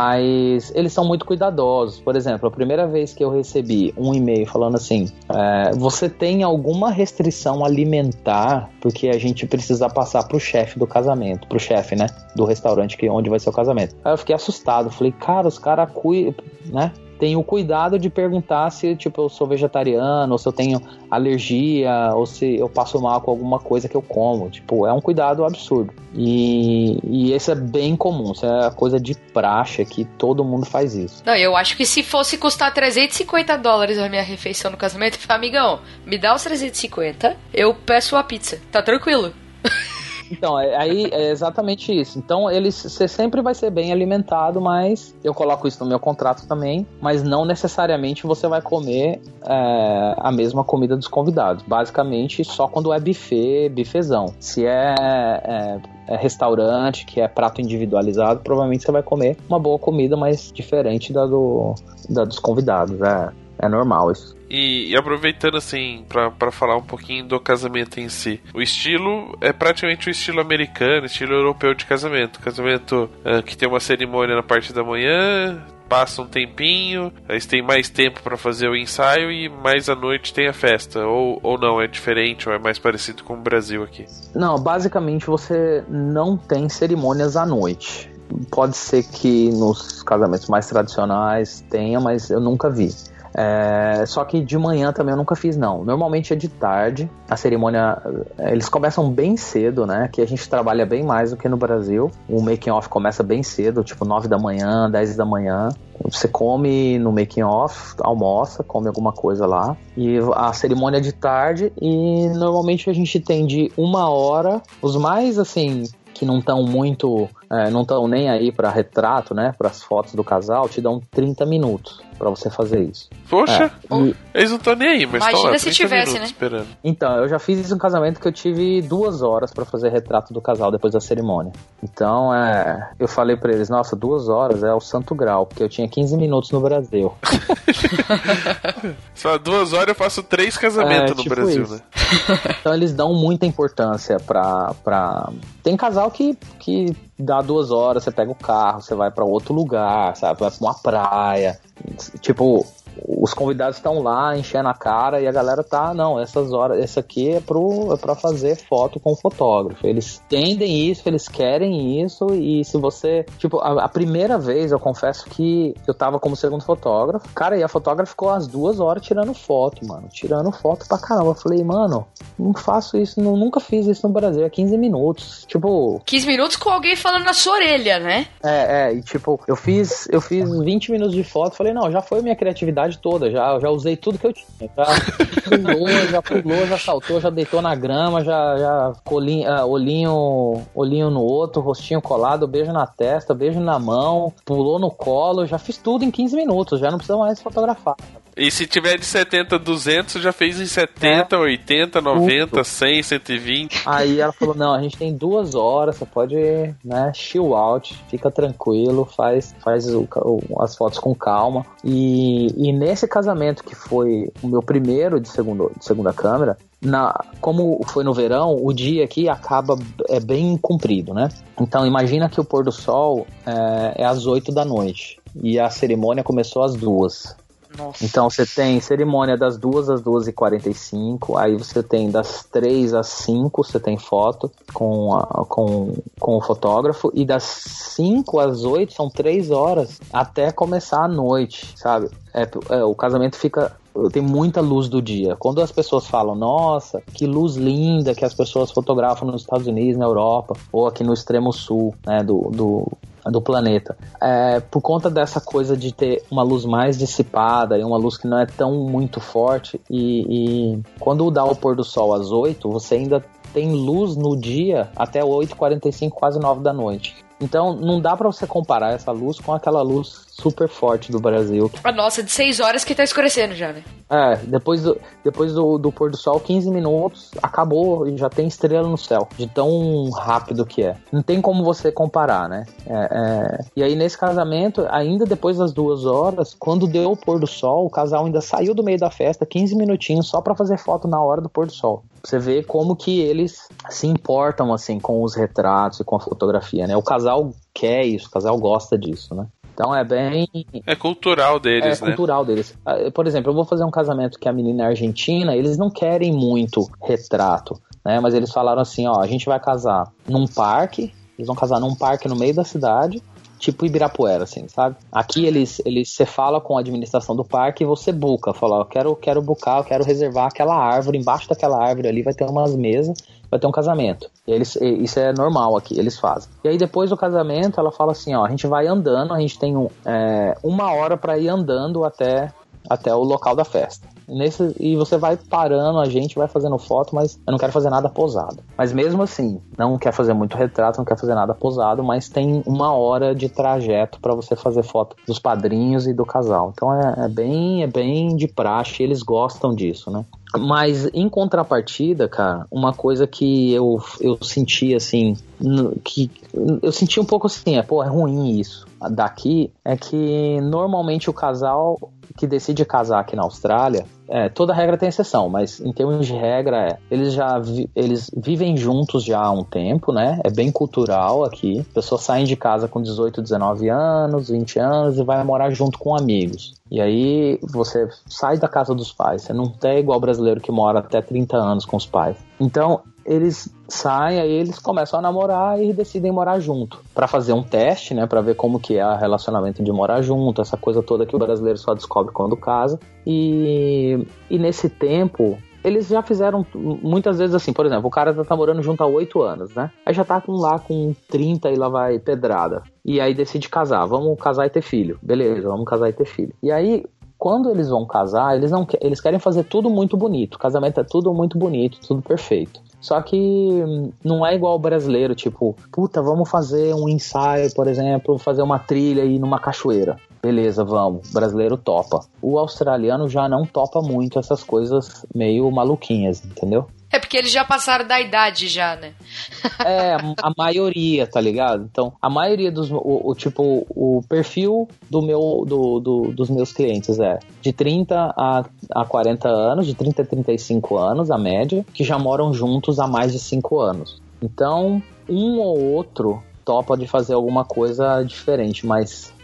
Mas eles são muito cuidadosos. Por exemplo, a primeira vez que eu recebi um e-mail falando assim, você tem alguma restrição alimentar porque a gente precisa passar pro chefe do casamento, pro chefe, né, do restaurante onde vai ser o casamento. Aí eu fiquei assustado. Falei, cara, os caras cuidam, né? Tenho o cuidado de perguntar se, tipo, eu sou vegetariano, ou se eu tenho alergia, ou se eu passo mal com alguma coisa que eu como. Tipo, é um cuidado absurdo. E isso é bem comum, isso é coisa de praxe, que todo mundo faz isso. Não, eu acho que se fosse custar $350 a minha refeição no casamento, eu falei, amigão, me dá os 350, eu peço a pizza, tá tranquilo. Então, aí é exatamente isso. Então, você sempre vai ser bem alimentado, mas eu coloco isso no meu contrato também, mas não necessariamente você vai comer a mesma comida dos convidados. Basicamente, só quando é bifezão. Se é restaurante, que é prato individualizado, provavelmente você vai comer uma boa comida, mas diferente da dos convidados. É normal isso. E aproveitando assim, pra falar um pouquinho do casamento em si. O estilo é praticamente o estilo americano, estilo europeu de casamento. Casamento que tem uma cerimônia na parte da manhã, passa um tempinho, aí você tem mais tempo pra fazer o ensaio e mais à noite tem a festa. Ou não, é diferente, ou é mais parecido com o Brasil aqui? Não, basicamente você não tem cerimônias à noite. Pode ser que nos casamentos mais tradicionais tenha, mas eu nunca vi. Só que de manhã também eu nunca fiz, não. Normalmente é de tarde. A cerimônia, eles começam bem cedo, né? Que a gente trabalha bem mais do que no Brasil. O making off começa bem cedo, tipo 9 da manhã, 10 da manhã. Você come no making off, almoça, come alguma coisa lá. E a cerimônia é de tarde. E normalmente a gente tem de 1 hora. Os mais assim, que não estão muito não estão nem aí pra retrato, né? Pras fotos do casal, te dão 30 minutos pra você fazer isso. Poxa, eles não estão nem aí, mas estão lá Imagina se 30 tivesse, minutos né? esperando. Então, eu já fiz isso em um casamento que eu tive 2 horas pra fazer retrato do casal depois da cerimônia. Então, eu falei pra eles, nossa, 2 horas é o santo grau, porque eu tinha 15 minutos no Brasil. Só 2 horas eu faço 3 casamentos no tipo Brasil, isso. né? Então eles dão muita importância pra... Tem casal que dá 2 horas, você pega o carro, você vai pra outro lugar, sabe? Vai pra uma praia. Tipo, os convidados estão lá enchendo a cara e a galera tá, não, essas horas, esse aqui é pra fazer foto com o fotógrafo. Eles entendem isso, eles querem isso, e se você, tipo, a primeira vez eu confesso que eu tava como segundo fotógrafo, cara, e a fotógrafa ficou as 2 horas tirando foto, mano, tirando foto pra caramba. Eu falei, mano, não faço isso, nunca fiz isso no Brasil, é 15 minutos, tipo... 15 minutos com alguém falando na sua orelha, né? E tipo, eu fiz 20 minutos de foto, falei, não, já foi minha criatividade toda, já usei tudo que eu tinha, já pulou, já saltou, já deitou na grama, já olhinho no outro, rostinho colado, beijo na testa, beijo na mão, pulou no colo, já fiz tudo em 15 minutos, já não precisa mais fotografar. E se tiver de 70 a 200, já fez em 70, 80, 90, 100, 120. Aí ela falou, não, a gente tem 2 horas, você pode, né, chill out, fica tranquilo, faz as fotos com calma. E nesse casamento, que foi o meu primeiro de segunda câmera, como foi no verão, o dia aqui acaba bem comprido, né? Então imagina que o pôr do sol é às 8 da noite e a cerimônia começou às 2. Nossa. Então você tem cerimônia das 2 às 2h45, aí você tem das 3 às 5, você tem foto com o fotógrafo, e das 5 às 8 são 3 horas até começar a noite, sabe? O casamento tem muita luz do dia. Quando as pessoas falam, nossa, que luz linda que as pessoas fotografam nos Estados Unidos, na Europa, ou aqui no extremo sul, né, do planeta, por conta dessa coisa de ter uma luz mais dissipada e uma luz que não é tão muito forte, e quando dá o pôr do sol às 8, você ainda tem luz no dia até 8h45, quase 9 da noite. Então não dá pra você comparar essa luz com aquela luz super forte do Brasil. Nossa, de 6 horas que tá escurecendo já, né? Depois do pôr do sol, 15 minutos, acabou e já tem estrela no céu, de tão rápido que é. Não tem como você comparar, né? E aí nesse casamento, ainda depois das 2 horas, quando deu o pôr do sol, o casal ainda saiu do meio da festa, 15 minutinhos, só pra fazer foto na hora do pôr do sol. Você vê como que eles se importam, assim, com os retratos e com a fotografia, né? O casal quer isso, o casal gosta disso, né? Então é bem... É cultural deles, né? É cultural deles. Por exemplo, eu vou fazer um casamento que a menina é argentina, eles não querem muito retrato, né? Mas eles falaram assim, ó, a gente vai casar num parque, eles vão casar num parque no meio da cidade, tipo Ibirapuera, assim, sabe? Aqui você fala com a administração do parque e você buca, fala, ó, eu quero reservar aquela árvore, embaixo daquela árvore ali vai ter umas mesas, vai ter um casamento. E isso é normal aqui, eles fazem. E aí depois do casamento, ela fala assim, ó, a gente vai andando, a gente tem 1 hora pra ir andando até o local da festa. E você vai parando, a gente vai fazendo foto, mas eu não quero fazer nada posado. Mas mesmo assim, não quer fazer muito retrato, não quer fazer nada posado, mas tem 1 hora de trajeto pra você fazer foto dos padrinhos e do casal. Então é bem de praxe, eles gostam disso, né? Mas em contrapartida, cara, uma coisa que eu senti assim, que eu senti um pouco assim, é ruim isso daqui, é que normalmente o casal que decide casar aqui na Austrália, toda regra tem exceção, mas em termos de regra, eles vivem juntos já há um tempo, né? É bem cultural aqui. As pessoas saem de casa com 18, 19 anos, 20 anos e vai morar junto com amigos. E aí você sai da casa dos pais, você não é igual o brasileiro que mora até 30 anos com os pais. Então, eles saem, aí eles começam a namorar e decidem morar junto, pra fazer um teste, né, pra ver como que é o relacionamento de morar junto, essa coisa toda que o brasileiro só descobre quando casa. E nesse tempo, eles já fizeram muitas vezes assim, por exemplo, o cara tá morando junto há 8 anos, né, aí já tá lá com 30 e lá vai pedrada, e aí decide casar, vamos casar e ter filho, beleza, vamos casar e ter filho. E aí quando eles vão casar, eles querem fazer tudo muito bonito. O casamento é tudo muito bonito, tudo perfeito. Só que não é igual o brasileiro, tipo, puta, vamos fazer um ensaio, por exemplo, fazer uma trilha aí numa cachoeira. Beleza, vamos. O brasileiro topa. O australiano já não topa muito essas coisas meio maluquinhas, entendeu? É porque eles já passaram da idade já, né? É, a maioria, tá ligado? Então, a maioria o perfil dos meus clientes é de 30 a 40 anos, de 30 a 35 anos, a média, que já moram juntos há mais de 5 anos. Então, um ou outro topa de fazer alguma coisa diferente, mas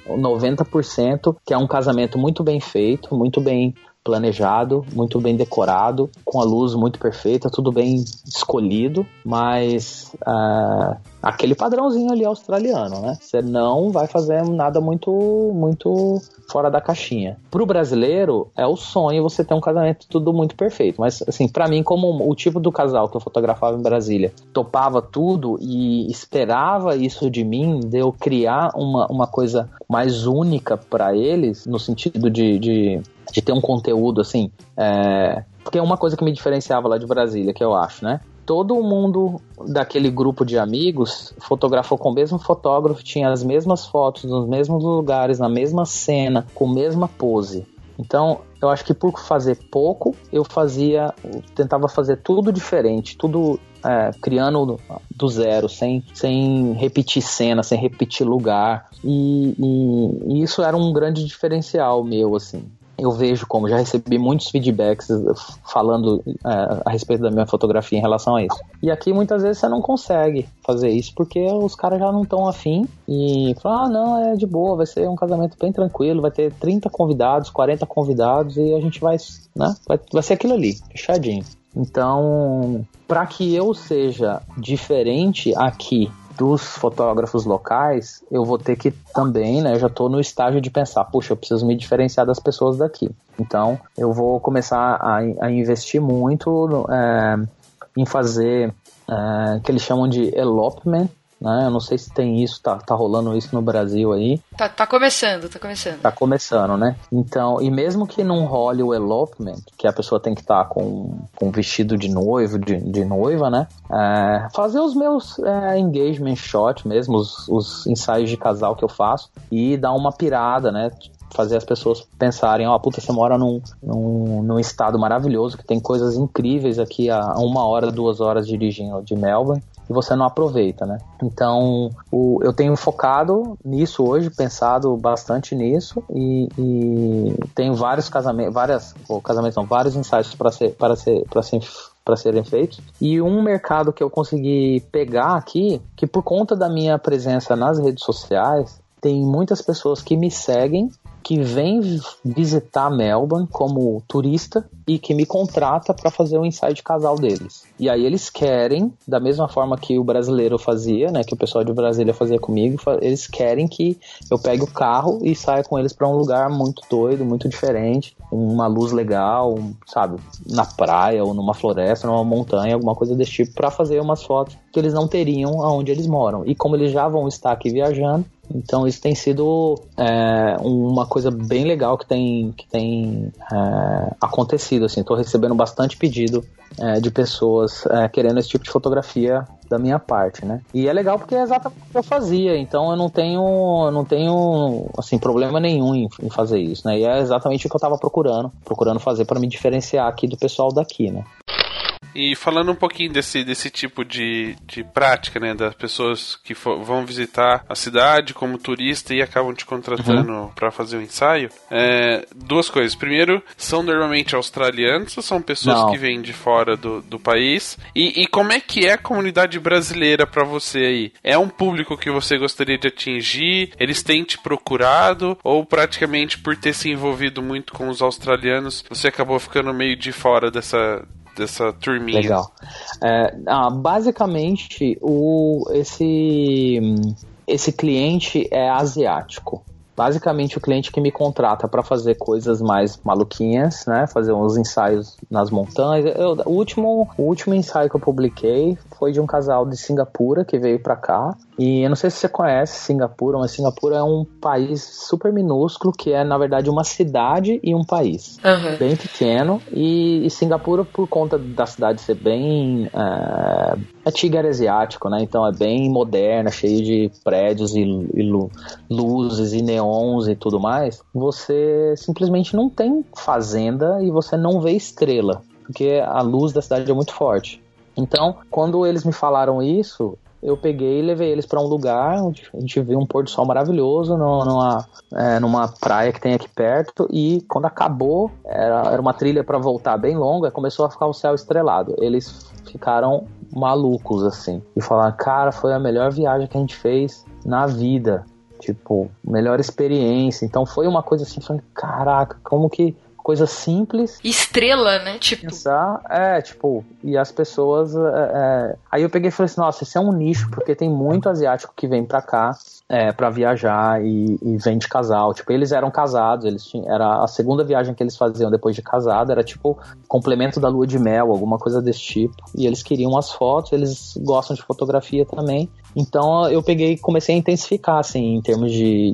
90% que é um casamento muito bem feito, muito bem planejado, muito bem decorado, com a luz muito perfeita, tudo bem escolhido, mas aquele padrãozinho ali australiano, né? Você não vai fazer nada muito fora da caixinha. Pro brasileiro, é o sonho você ter um casamento tudo muito perfeito, mas assim, pra mim, como o tipo do casal que eu fotografava em Brasília topava tudo e esperava isso de mim, de eu criar uma coisa mais única pra eles, no sentido de ter um conteúdo assim, porque é uma coisa que me diferenciava lá de Brasília, que eu acho, né? Todo mundo daquele grupo de amigos fotografou com o mesmo fotógrafo, tinha as mesmas fotos nos mesmos lugares, na mesma cena, com a mesma pose. Então, eu acho que por fazer pouco, eu tentava fazer tudo diferente, tudo criando do zero, sem repetir cena, sem repetir lugar. E isso era um grande diferencial meu, assim. Eu vejo como, já recebi muitos feedbacks falando a respeito da minha fotografia em relação a isso. E aqui muitas vezes você não consegue fazer isso porque os caras já não estão afim e falam, não, é de boa, vai ser um casamento bem tranquilo, vai ter 30 convidados, 40 convidados e a gente vai, né, vai ser aquilo ali, fechadinho. Então, para que eu seja diferente aqui dos fotógrafos locais, eu vou ter que também, né, já estou no estágio de pensar, puxa, eu preciso me diferenciar das pessoas daqui. Então, eu vou começar a investir muito em fazer que eles chamam de elopement, né? Eu não sei se tem isso, tá rolando isso no Brasil aí. Tá começando. Tá começando, né? Então, e mesmo que não role o elopement, que a pessoa tem que estar com vestido de noivo, de noiva, né? Fazer os meus engagement shot mesmo, os ensaios de casal que eu faço e dar uma pirada, né? Fazer as pessoas pensarem, puta, você mora num estado maravilhoso, que tem coisas incríveis aqui a 1 hora, 2 horas dirigindo de Melbourne, e você não aproveita, né? Então, eu tenho focado nisso hoje, pensado bastante nisso, e tenho vários vários ensaios para serem feitos. E um mercado que eu consegui pegar aqui, que por conta da minha presença nas redes sociais, tem muitas pessoas que me seguem, que vêm visitar Melbourne como turista e que me contrata para fazer o ensaio de casal deles. E aí eles querem, da mesma forma que o brasileiro fazia, né, que o pessoal de Brasília fazia comigo, eles querem que eu pegue o carro e saia com eles para um lugar muito doido, muito diferente, uma luz legal, sabe, na praia ou numa floresta, numa montanha, alguma coisa desse tipo, para fazer umas fotos que eles não teriam aonde eles moram. E como eles já vão estar aqui viajando, então isso tem sido uma coisa bem legal que tem acontecido, assim. Estou recebendo bastante pedido de pessoas querendo esse tipo de fotografia da minha parte, né? E é legal porque é exatamente o que eu fazia, então eu não tenho assim, problema nenhum em fazer isso, né? E é exatamente o que eu estava procurando fazer para me diferenciar aqui do pessoal daqui, né? E falando um pouquinho desse tipo de prática, né, das pessoas que vão visitar a cidade como turista e acabam te contratando para fazer o ensaio, 2 coisas. Primeiro, são normalmente australianos ou são pessoas que vêm de fora do país? E como é que é a comunidade brasileira para você aí? É um público que você gostaria de atingir? Eles têm te procurado? Ou praticamente por ter se envolvido muito com os australianos, você acabou ficando meio de fora dessa turminha? Legal. Basicamente, esse cliente é asiático. basicamente o cliente que me contrata para fazer coisas mais maluquinhas, né? Fazer uns ensaios nas montanhas. O último ensaio que eu publiquei foi de um casal de Singapura que veio para cá. E eu não sei se você conhece Singapura, mas Singapura é um país super minúsculo, que é, na verdade, uma cidade e um país. Bem pequeno. E Singapura, por conta da cidade ser bem... é tigre asiático, né? Então é bem moderna, cheio de prédios e luzes e neons e tudo mais. Você simplesmente não tem fazenda e você não vê estrela, porque a luz da cidade é muito forte. Então, quando eles me falaram isso, eu peguei e levei eles para um lugar onde a gente viu um pôr do sol maravilhoso numa praia que tem aqui perto, e quando acabou, era uma trilha para voltar bem longa, começou a ficar o céu estrelado. Eles ficaram malucos, assim, e falaram, cara, foi a melhor viagem que a gente fez na vida, tipo, melhor experiência. Então foi uma coisa assim, falei, caraca, como que coisa simples. Estrela, né? Tipo. Pensar, e as pessoas... Aí eu peguei e falei assim, nossa, esse é um nicho, porque tem muito asiático que vem pra cá pra viajar e vem de casal. Tipo, eles eram casados, era a segunda viagem que eles faziam depois de casado, era tipo complemento da lua de mel, alguma coisa desse tipo. E eles queriam as fotos, eles gostam de fotografia também. Então eu peguei e comecei a intensificar, assim, em termos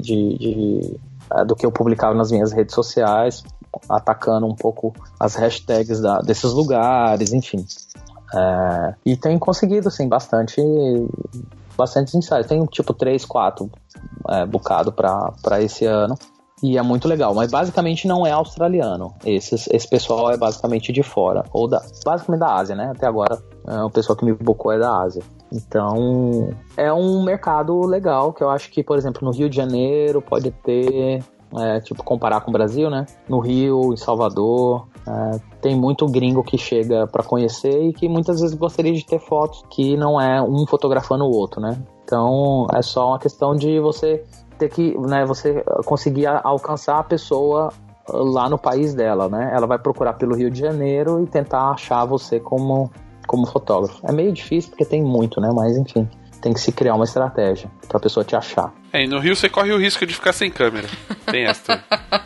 do que eu publicava nas minhas redes sociais, atacando um pouco as hashtags desses lugares, enfim. E tem conseguido, assim, bastante ensaios. Tem, tipo, 3, 4 bocado pra esse ano. E é muito legal, mas basicamente não é australiano. Esse pessoal é basicamente de fora, basicamente da Ásia, né? Até agora, o pessoal que me bocou é da Ásia. Então, é um mercado legal, que eu acho que, por exemplo, no Rio de Janeiro pode ter... comparar com o Brasil, né? No Rio, em Salvador, tem muito gringo que chega para conhecer e que muitas vezes gostaria de ter fotos que não é um fotografando o outro, né? Então, é só uma questão de você ter que, né, você conseguir alcançar a pessoa lá no país dela, né? Ela vai procurar pelo Rio de Janeiro e tentar achar você como fotógrafo. É meio difícil porque tem muito, né? Mas, enfim, tem que se criar uma estratégia pra pessoa te achar. E no Rio você corre o risco de ficar sem câmera. Tem essa.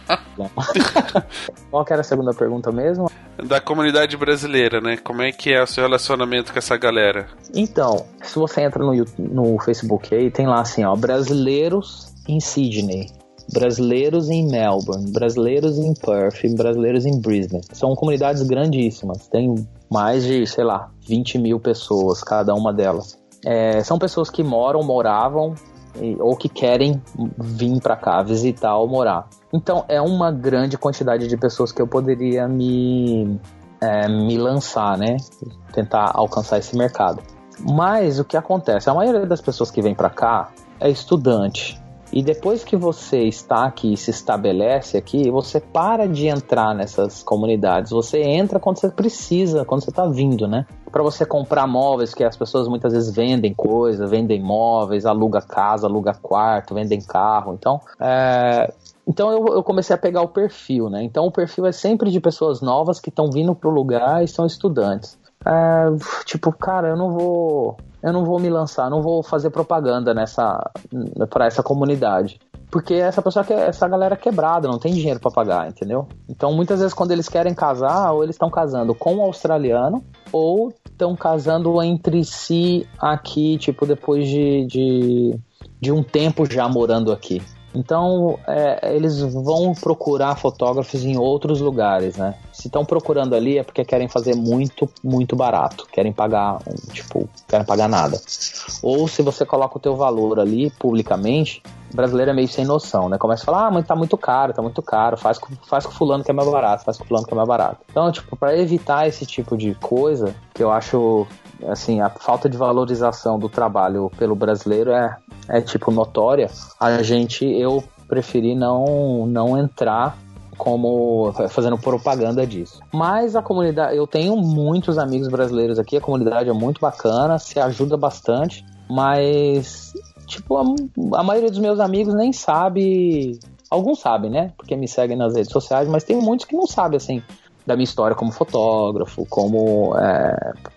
Qual que era a segunda pergunta mesmo? Da comunidade brasileira, né? Como é que é o seu relacionamento com essa galera? Então, se você entra no Facebook aí, tem lá assim, ó, brasileiros em Sydney, brasileiros em Melbourne, brasileiros em Perth, brasileiros em Brisbane. São comunidades grandíssimas, tem mais de, 20 mil pessoas, cada uma delas. São pessoas que moravam ou que querem vir pra cá, visitar ou morar. Então é uma grande quantidade de pessoas que eu poderia me lançar, né? Tentar alcançar esse mercado. Mas o que acontece? A maioria das pessoas que vem pra cá é estudante. E depois que você está aqui e se estabelece aqui, você para de entrar nessas comunidades. Você entra quando você precisa, quando você está vindo, né? Para você comprar móveis, que as pessoas muitas vezes vendem coisas, vendem móveis, aluga casa, aluga quarto, vendem carro. Então eu comecei a pegar o perfil, né? Então o perfil é sempre de pessoas novas que estão vindo pro lugar e são estudantes. Cara, eu não vou me lançar, não vou fazer propaganda para essa comunidade. Porque essa galera é quebrada, não tem dinheiro para pagar, entendeu? Então, muitas vezes, quando eles querem casar, ou eles estão casando com um australiano, ou estão casando entre si aqui, tipo, depois de um tempo já morando aqui. Então, eles vão procurar fotógrafos em outros lugares, né? Se estão procurando ali é porque querem fazer muito, muito barato. Querem pagar nada. Ou se você coloca o teu valor ali publicamente, o brasileiro é meio sem noção, né? Começa a falar, mas tá muito caro, faz com fulano que é mais barato, Então, tipo, para evitar esse tipo de coisa, que eu acho... assim, a falta de valorização do trabalho pelo brasileiro é tipo notória. Eu preferi não entrar como fazendo propaganda disso. Mas a comunidade, eu tenho muitos amigos brasileiros aqui, a comunidade é muito bacana, se ajuda bastante, mas tipo, a maioria dos meus amigos nem sabe, alguns sabem, né, porque me seguem nas redes sociais, mas tem muitos que não sabem, assim, da minha história como fotógrafo, como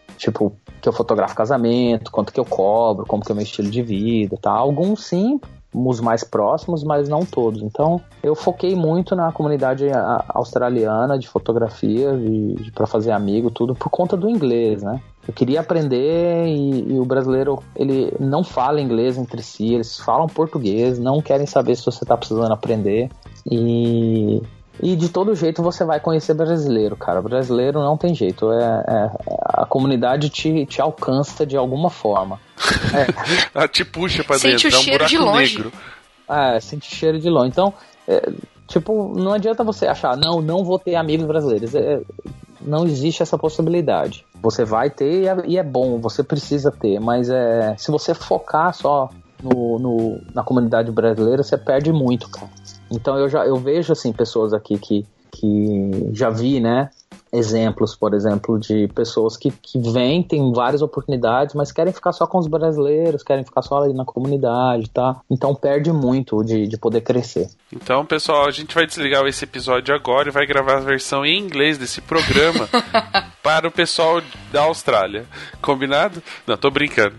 que eu fotografo casamento, quanto que eu cobro, como que é o meu estilo de vida, tá? Alguns sim, os mais próximos, mas não todos. Então, eu foquei muito na comunidade australiana de fotografia, para fazer amigo, tudo, por conta do inglês, né? Eu queria aprender e o brasileiro, ele não fala inglês entre si, eles falam português, não querem saber se você tá precisando aprender. E de todo jeito você vai conhecer brasileiro, cara. Brasileiro não tem jeito. A comunidade te alcança de alguma forma. Ela te puxa pra Sente dentro, o cheiro de longe. Negro. Sente o cheiro de longe. Então, tipo, não adianta você achar, não vou ter amigos brasileiros. Não existe essa possibilidade. Você vai ter e é bom, você precisa ter. Mas se você focar só na comunidade brasileira, você perde muito, cara. Então eu vejo assim pessoas aqui que já vi, né, exemplos, por exemplo, de pessoas que vêm, tem várias oportunidades, mas querem ficar só com os brasileiros, querem ficar só ali na comunidade, tá? Então perde muito de poder crescer. Então, pessoal, a gente vai desligar esse episódio agora e vai gravar a versão em inglês desse programa para o pessoal da Austrália. Combinado? Não, tô brincando.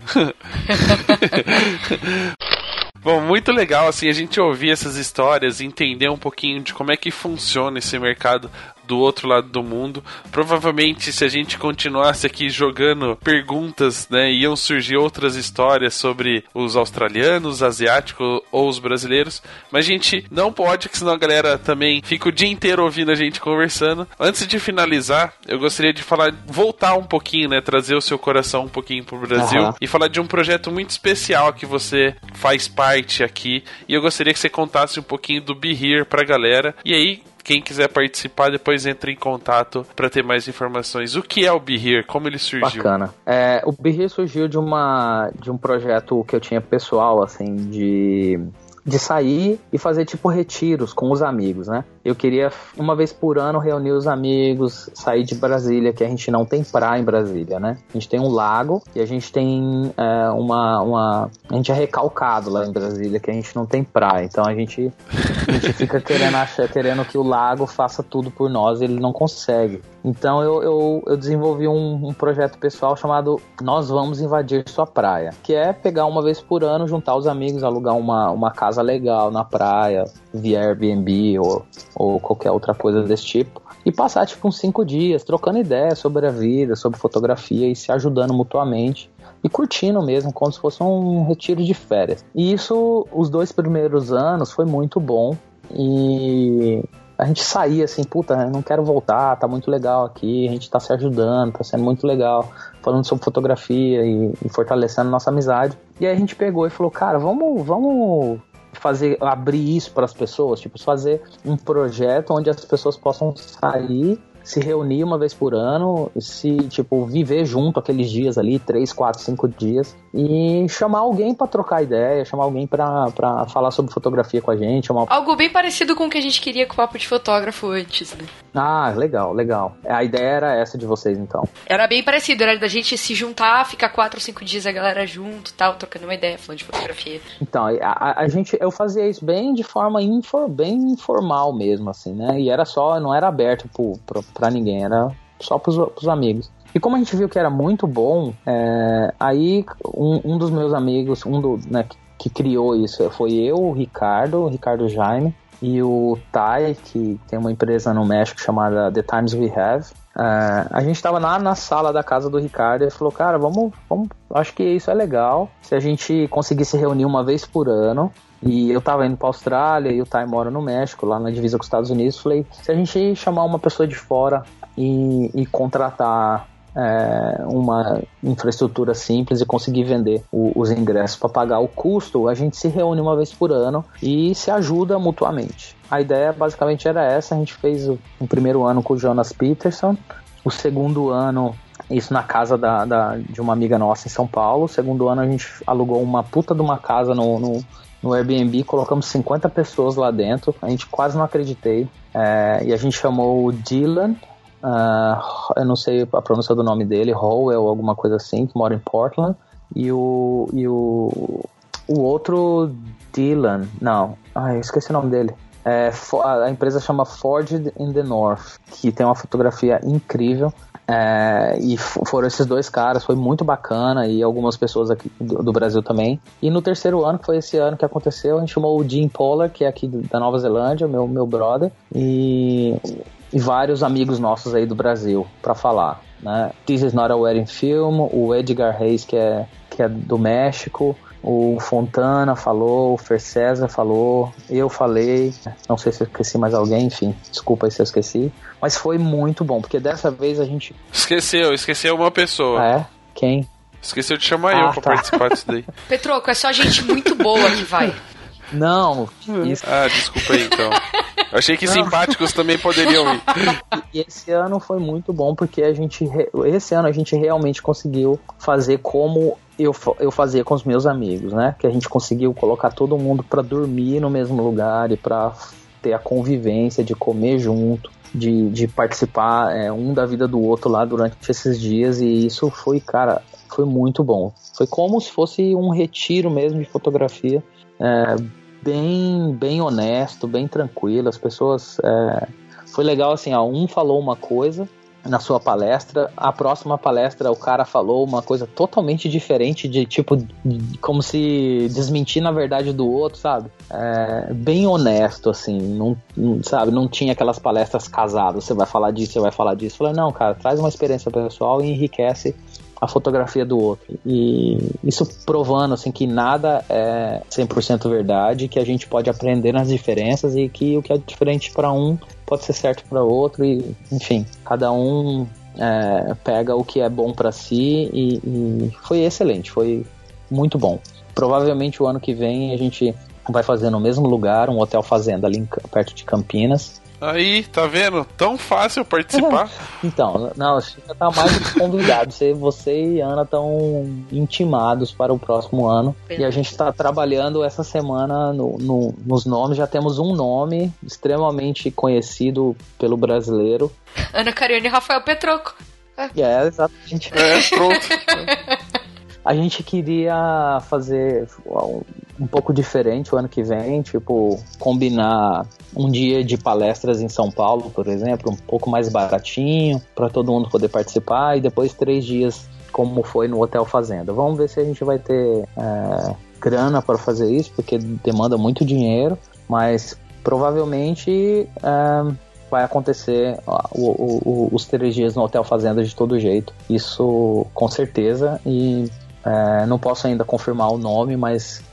Bom, muito legal assim a gente ouvir essas histórias e entender um pouquinho de como é que funciona esse mercado do outro lado do mundo. Provavelmente, se a gente continuasse aqui jogando perguntas, né, iam surgir outras histórias sobre os australianos, os asiáticos ou os brasileiros, mas a gente não pode, porque senão a galera também fica o dia inteiro ouvindo a gente conversando. Antes de finalizar, eu gostaria de voltar um pouquinho, né, trazer o seu coração um pouquinho pro Brasil e falar de um projeto muito especial que você faz parte aqui, e eu gostaria que você contasse um pouquinho do Be Here pra galera, e aí quem quiser participar, depois entra em contato para ter mais informações. O que é o Be Here? Como ele surgiu? Bacana. O Be Here surgiu de um projeto que eu tinha pessoal, assim, de sair e fazer tipo retiros com os amigos, né? Eu queria uma vez por ano reunir os amigos, sair de Brasília, que a gente não tem praia em Brasília, né? A gente tem um lago e a gente tem a gente é recalcado lá em Brasília, que a gente não tem praia, então a gente fica querendo que o lago faça tudo por nós e ele não consegue. Então eu desenvolvi um projeto pessoal chamado Nós Vamos Invadir Sua Praia, que é pegar uma vez por ano, juntar os amigos, alugar uma casa legal na praia, via Airbnb ou qualquer outra coisa desse tipo, e passar tipo uns 5 dias trocando ideias sobre a vida, sobre fotografia e se ajudando mutuamente e curtindo mesmo, como se fosse um retiro de férias. E isso, os 2 primeiros anos, foi muito bom. E a gente saía assim, puta, eu não quero voltar, tá muito legal aqui, a gente tá se ajudando, tá sendo muito legal, falando sobre fotografia e fortalecendo nossa amizade. E aí a gente pegou e falou, cara, vamos abrir isso para as pessoas, tipo, fazer um projeto onde as pessoas possam sair, se reunir uma vez por ano, viver junto aqueles dias ali, 3, 4, 5 dias, e chamar alguém pra trocar ideia, chamar alguém pra falar sobre fotografia com a gente. Algo bem parecido com o que a gente queria com o Papo de Fotógrafo antes, né? Ah, legal. A ideia era essa de vocês, então. Era bem parecido, era da gente se juntar, ficar 4 ou 5 dias a galera junto, tal, trocando uma ideia, falando de fotografia. Então, eu fazia isso bem de forma bem informal mesmo, assim, né? E não era aberto pra ninguém, era só pros amigos. E como a gente viu que era muito bom, aí um dos meus amigos, que criou isso, foi eu, o Ricardo Jaime, e o Tai, que tem uma empresa no México chamada The Times We Have. A gente tava na sala da casa do Ricardo e falou, cara, vamos, acho que isso é legal, se a gente conseguir se reunir uma vez por ano. E eu tava indo pra Austrália e o Tai mora no México, lá na divisa com os Estados Unidos. Falei, se a gente chamar uma pessoa de fora e contratar uma infraestrutura simples e conseguir vender os ingressos para pagar o custo, a gente se reúne uma vez por ano e se ajuda mutuamente. A ideia basicamente era essa. A gente fez o primeiro ano com o Jonas Peterson, o segundo ano, isso na casa de uma amiga nossa em São Paulo. O segundo ano a gente alugou uma puta de uma casa no Airbnb, colocamos 50 pessoas lá dentro, a gente quase não acreditei, e a gente chamou o Dylan, eu não sei a pronúncia do nome dele, Howell, alguma coisa assim, que mora em Portland, e o outro Dylan, eu esqueci o nome dele, A empresa chama Forged in the North, que tem uma fotografia incrível. E foram esses 2 caras, foi muito bacana, e algumas pessoas aqui do Brasil também. E no terceiro ano, que foi esse ano que aconteceu, a gente chamou o Jim Pollard, que é aqui da Nova Zelândia, meu brother, e vários amigos nossos aí do Brasil pra falar, né? This is not a wedding film, o Edgar Reis, que é do México, o Fontana falou, o Fer César falou, eu falei, não sei se eu esqueci mais alguém, enfim, desculpa aí se eu esqueci, mas foi muito bom, porque dessa vez a gente... Esqueceu uma pessoa. Quem? Esqueceu de chamar eu pra participar disso daí. Petroco, é só gente muito boa que vai. Não, isso... desculpa aí então. Eu achei que simpáticos também poderiam ir. E esse ano foi muito bom, porque esse ano a gente realmente conseguiu fazer como eu fazia com os meus amigos, né? Que a gente conseguiu colocar todo mundo pra dormir no mesmo lugar e pra ter a convivência de comer junto, de participar um da vida do outro lá durante esses dias, e isso foi, cara, foi muito bom. Foi como se fosse um retiro mesmo de fotografia, bem honesto, bem tranquilo. As pessoas... foi legal assim, um falou uma coisa na sua palestra, a próxima palestra o cara falou uma coisa totalmente diferente, de tipo, como se desmentir na verdade do outro, sabe? Bem honesto, assim, não tinha aquelas palestras casadas, você vai falar disso, falei, não, cara, traz uma experiência pessoal e enriquece a fotografia do outro, e isso provando assim que nada é 100% verdade, que a gente pode aprender nas diferenças, e que o que é diferente para um pode ser certo para outro, e enfim, cada um pega o que é bom para si, e foi excelente, foi muito bom. Provavelmente o ano que vem a gente vai fazer no mesmo lugar, um hotel fazenda ali perto de Campinas. Aí, tá vendo? Tão fácil participar. Então, não, já tá mais do que convidado. Você e Ana estão intimados para o próximo ano. E a gente tá trabalhando essa semana nos nomes. Já temos um nome extremamente conhecido pelo brasileiro. Ana Carione e Rafael Petroco. Exatamente. Pronto. A gente queria fazer um pouco diferente o ano que vem, tipo, combinar um dia de palestras em São Paulo, por exemplo, um pouco mais baratinho, para todo mundo poder participar, e depois 3 dias, como foi no Hotel Fazenda. Vamos ver se a gente vai ter grana para fazer isso, porque demanda muito dinheiro, mas provavelmente vai acontecer os 3 dias no Hotel Fazenda de todo jeito. Isso com certeza, e não posso ainda confirmar o nome, mas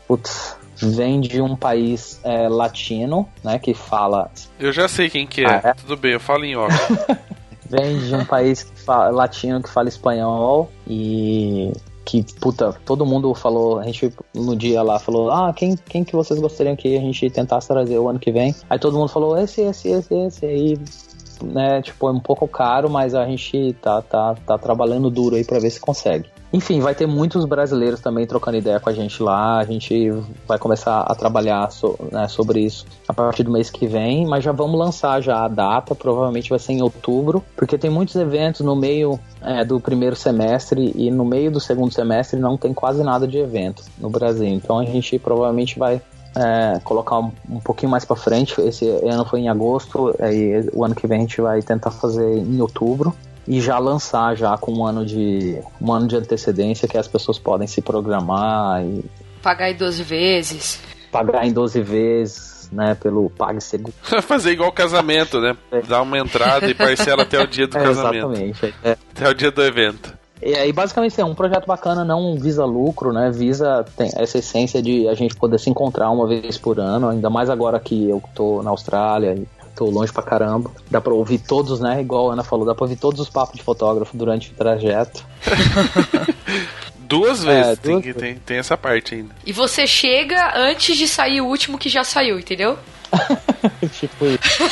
vem de um país latino, né, que fala... Eu já sei quem que é. Tudo bem, eu falo em off. Vem de um país latino que fala espanhol, e que, todo mundo falou, a gente no dia lá falou, quem que vocês gostariam que a gente tentasse trazer o ano que vem? Aí todo mundo falou, esse, aí, né, tipo, é um pouco caro, mas a gente tá trabalhando duro aí pra ver se consegue. Enfim, vai ter muitos brasileiros também trocando ideia com a gente lá. A gente vai começar a trabalhar sobre isso a partir do mês que vem, mas já vamos lançar já a data, provavelmente vai ser em outubro, porque tem muitos eventos no meio do primeiro semestre, e no meio do segundo semestre não tem quase nada de evento no Brasil. Então a gente provavelmente vai colocar um pouquinho mais pra frente. Esse ano foi em agosto, aí o ano que vem a gente vai tentar fazer em outubro, e já lançar já com um ano de antecedência, que as pessoas podem se programar e pagar em 12 vezes. Pagar em 12 vezes, né, pelo PagSeguro. Fazer igual casamento, né? Dar uma entrada e parcela até o dia do casamento. Exatamente. Até o dia do evento. E aí, basicamente, é um projeto bacana, não visa lucro, né? Tem essa essência de a gente poder se encontrar uma vez por ano, ainda mais agora que eu tô na Austrália e tô longe pra caramba. Dá pra ouvir todos, né? Igual a Ana falou, dá pra ouvir todos os papos de fotógrafo durante o trajeto. 2 vezes, tem essa parte ainda. E você chega antes de sair o último que já saiu, entendeu? Tipo isso.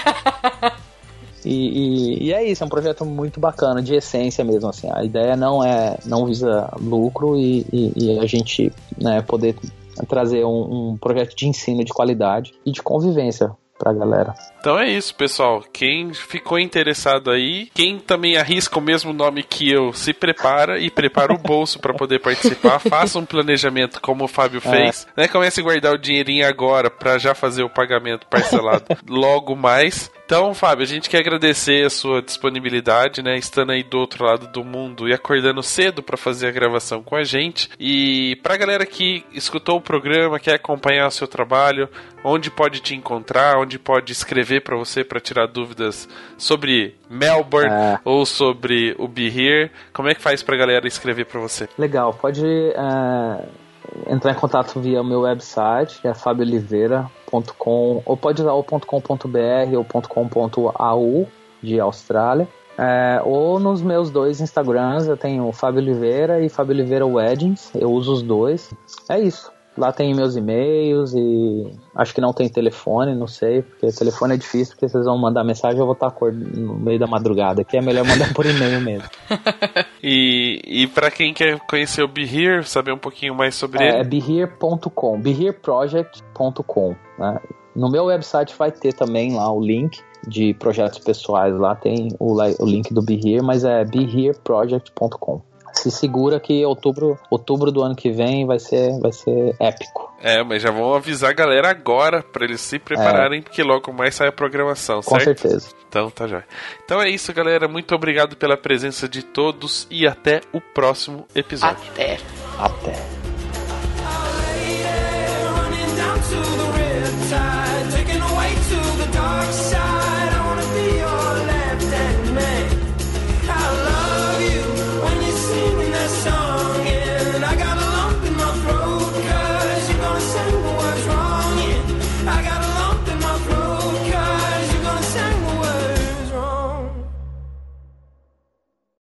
E é isso, é um projeto muito bacana, de essência mesmo, assim. A ideia não visa lucro, e a gente, né, poder trazer um projeto de ensino de qualidade e de convivência pra galera. Então é isso, pessoal. Quem ficou interessado aí, quem também arrisca o mesmo nome que eu, se prepara e prepara o bolso para poder participar. Faça um planejamento como o Fábio fez, né? Comece a guardar o dinheirinho agora para já fazer o pagamento parcelado logo mais. Então, Fábio, a gente quer agradecer a sua disponibilidade, né? Estando aí do outro lado do mundo e acordando cedo para fazer a gravação com a gente. E pra galera que escutou o programa, quer acompanhar o seu trabalho, onde pode te encontrar, onde pode escrever para você para tirar dúvidas sobre Melbourne ou sobre o Be Here, como é que faz pra galera escrever para você? Legal, pode entrar em contato via o meu website, que é fabioliveira.com, ou pode usar o .com.br ou .com.au de Austrália, ou nos meus 2 Instagrams, eu tenho o Fábio Oliveira e Fábio Oliveira Weddings, eu uso os 2. É isso. Lá tem meus e-mails e acho que não tem telefone, não sei, porque telefone é difícil, porque vocês vão mandar mensagem eu vou estar no meio da madrugada, que é melhor mandar por e-mail mesmo. E pra quem quer conhecer o Be Here, saber um pouquinho mais sobre ele? É behere.com, behereproject.com, né? No meu website vai ter também lá o link de projetos pessoais, lá tem o link do Be Here, mas é behereproject.com. Se segura que outubro do ano que vem vai ser épico. Mas já vão avisar a galera agora pra eles se prepararem, porque logo mais sai a programação, certo? Com certeza. Então tá já. Então é isso, galera. Muito obrigado pela presença de todos e até o próximo episódio. Até.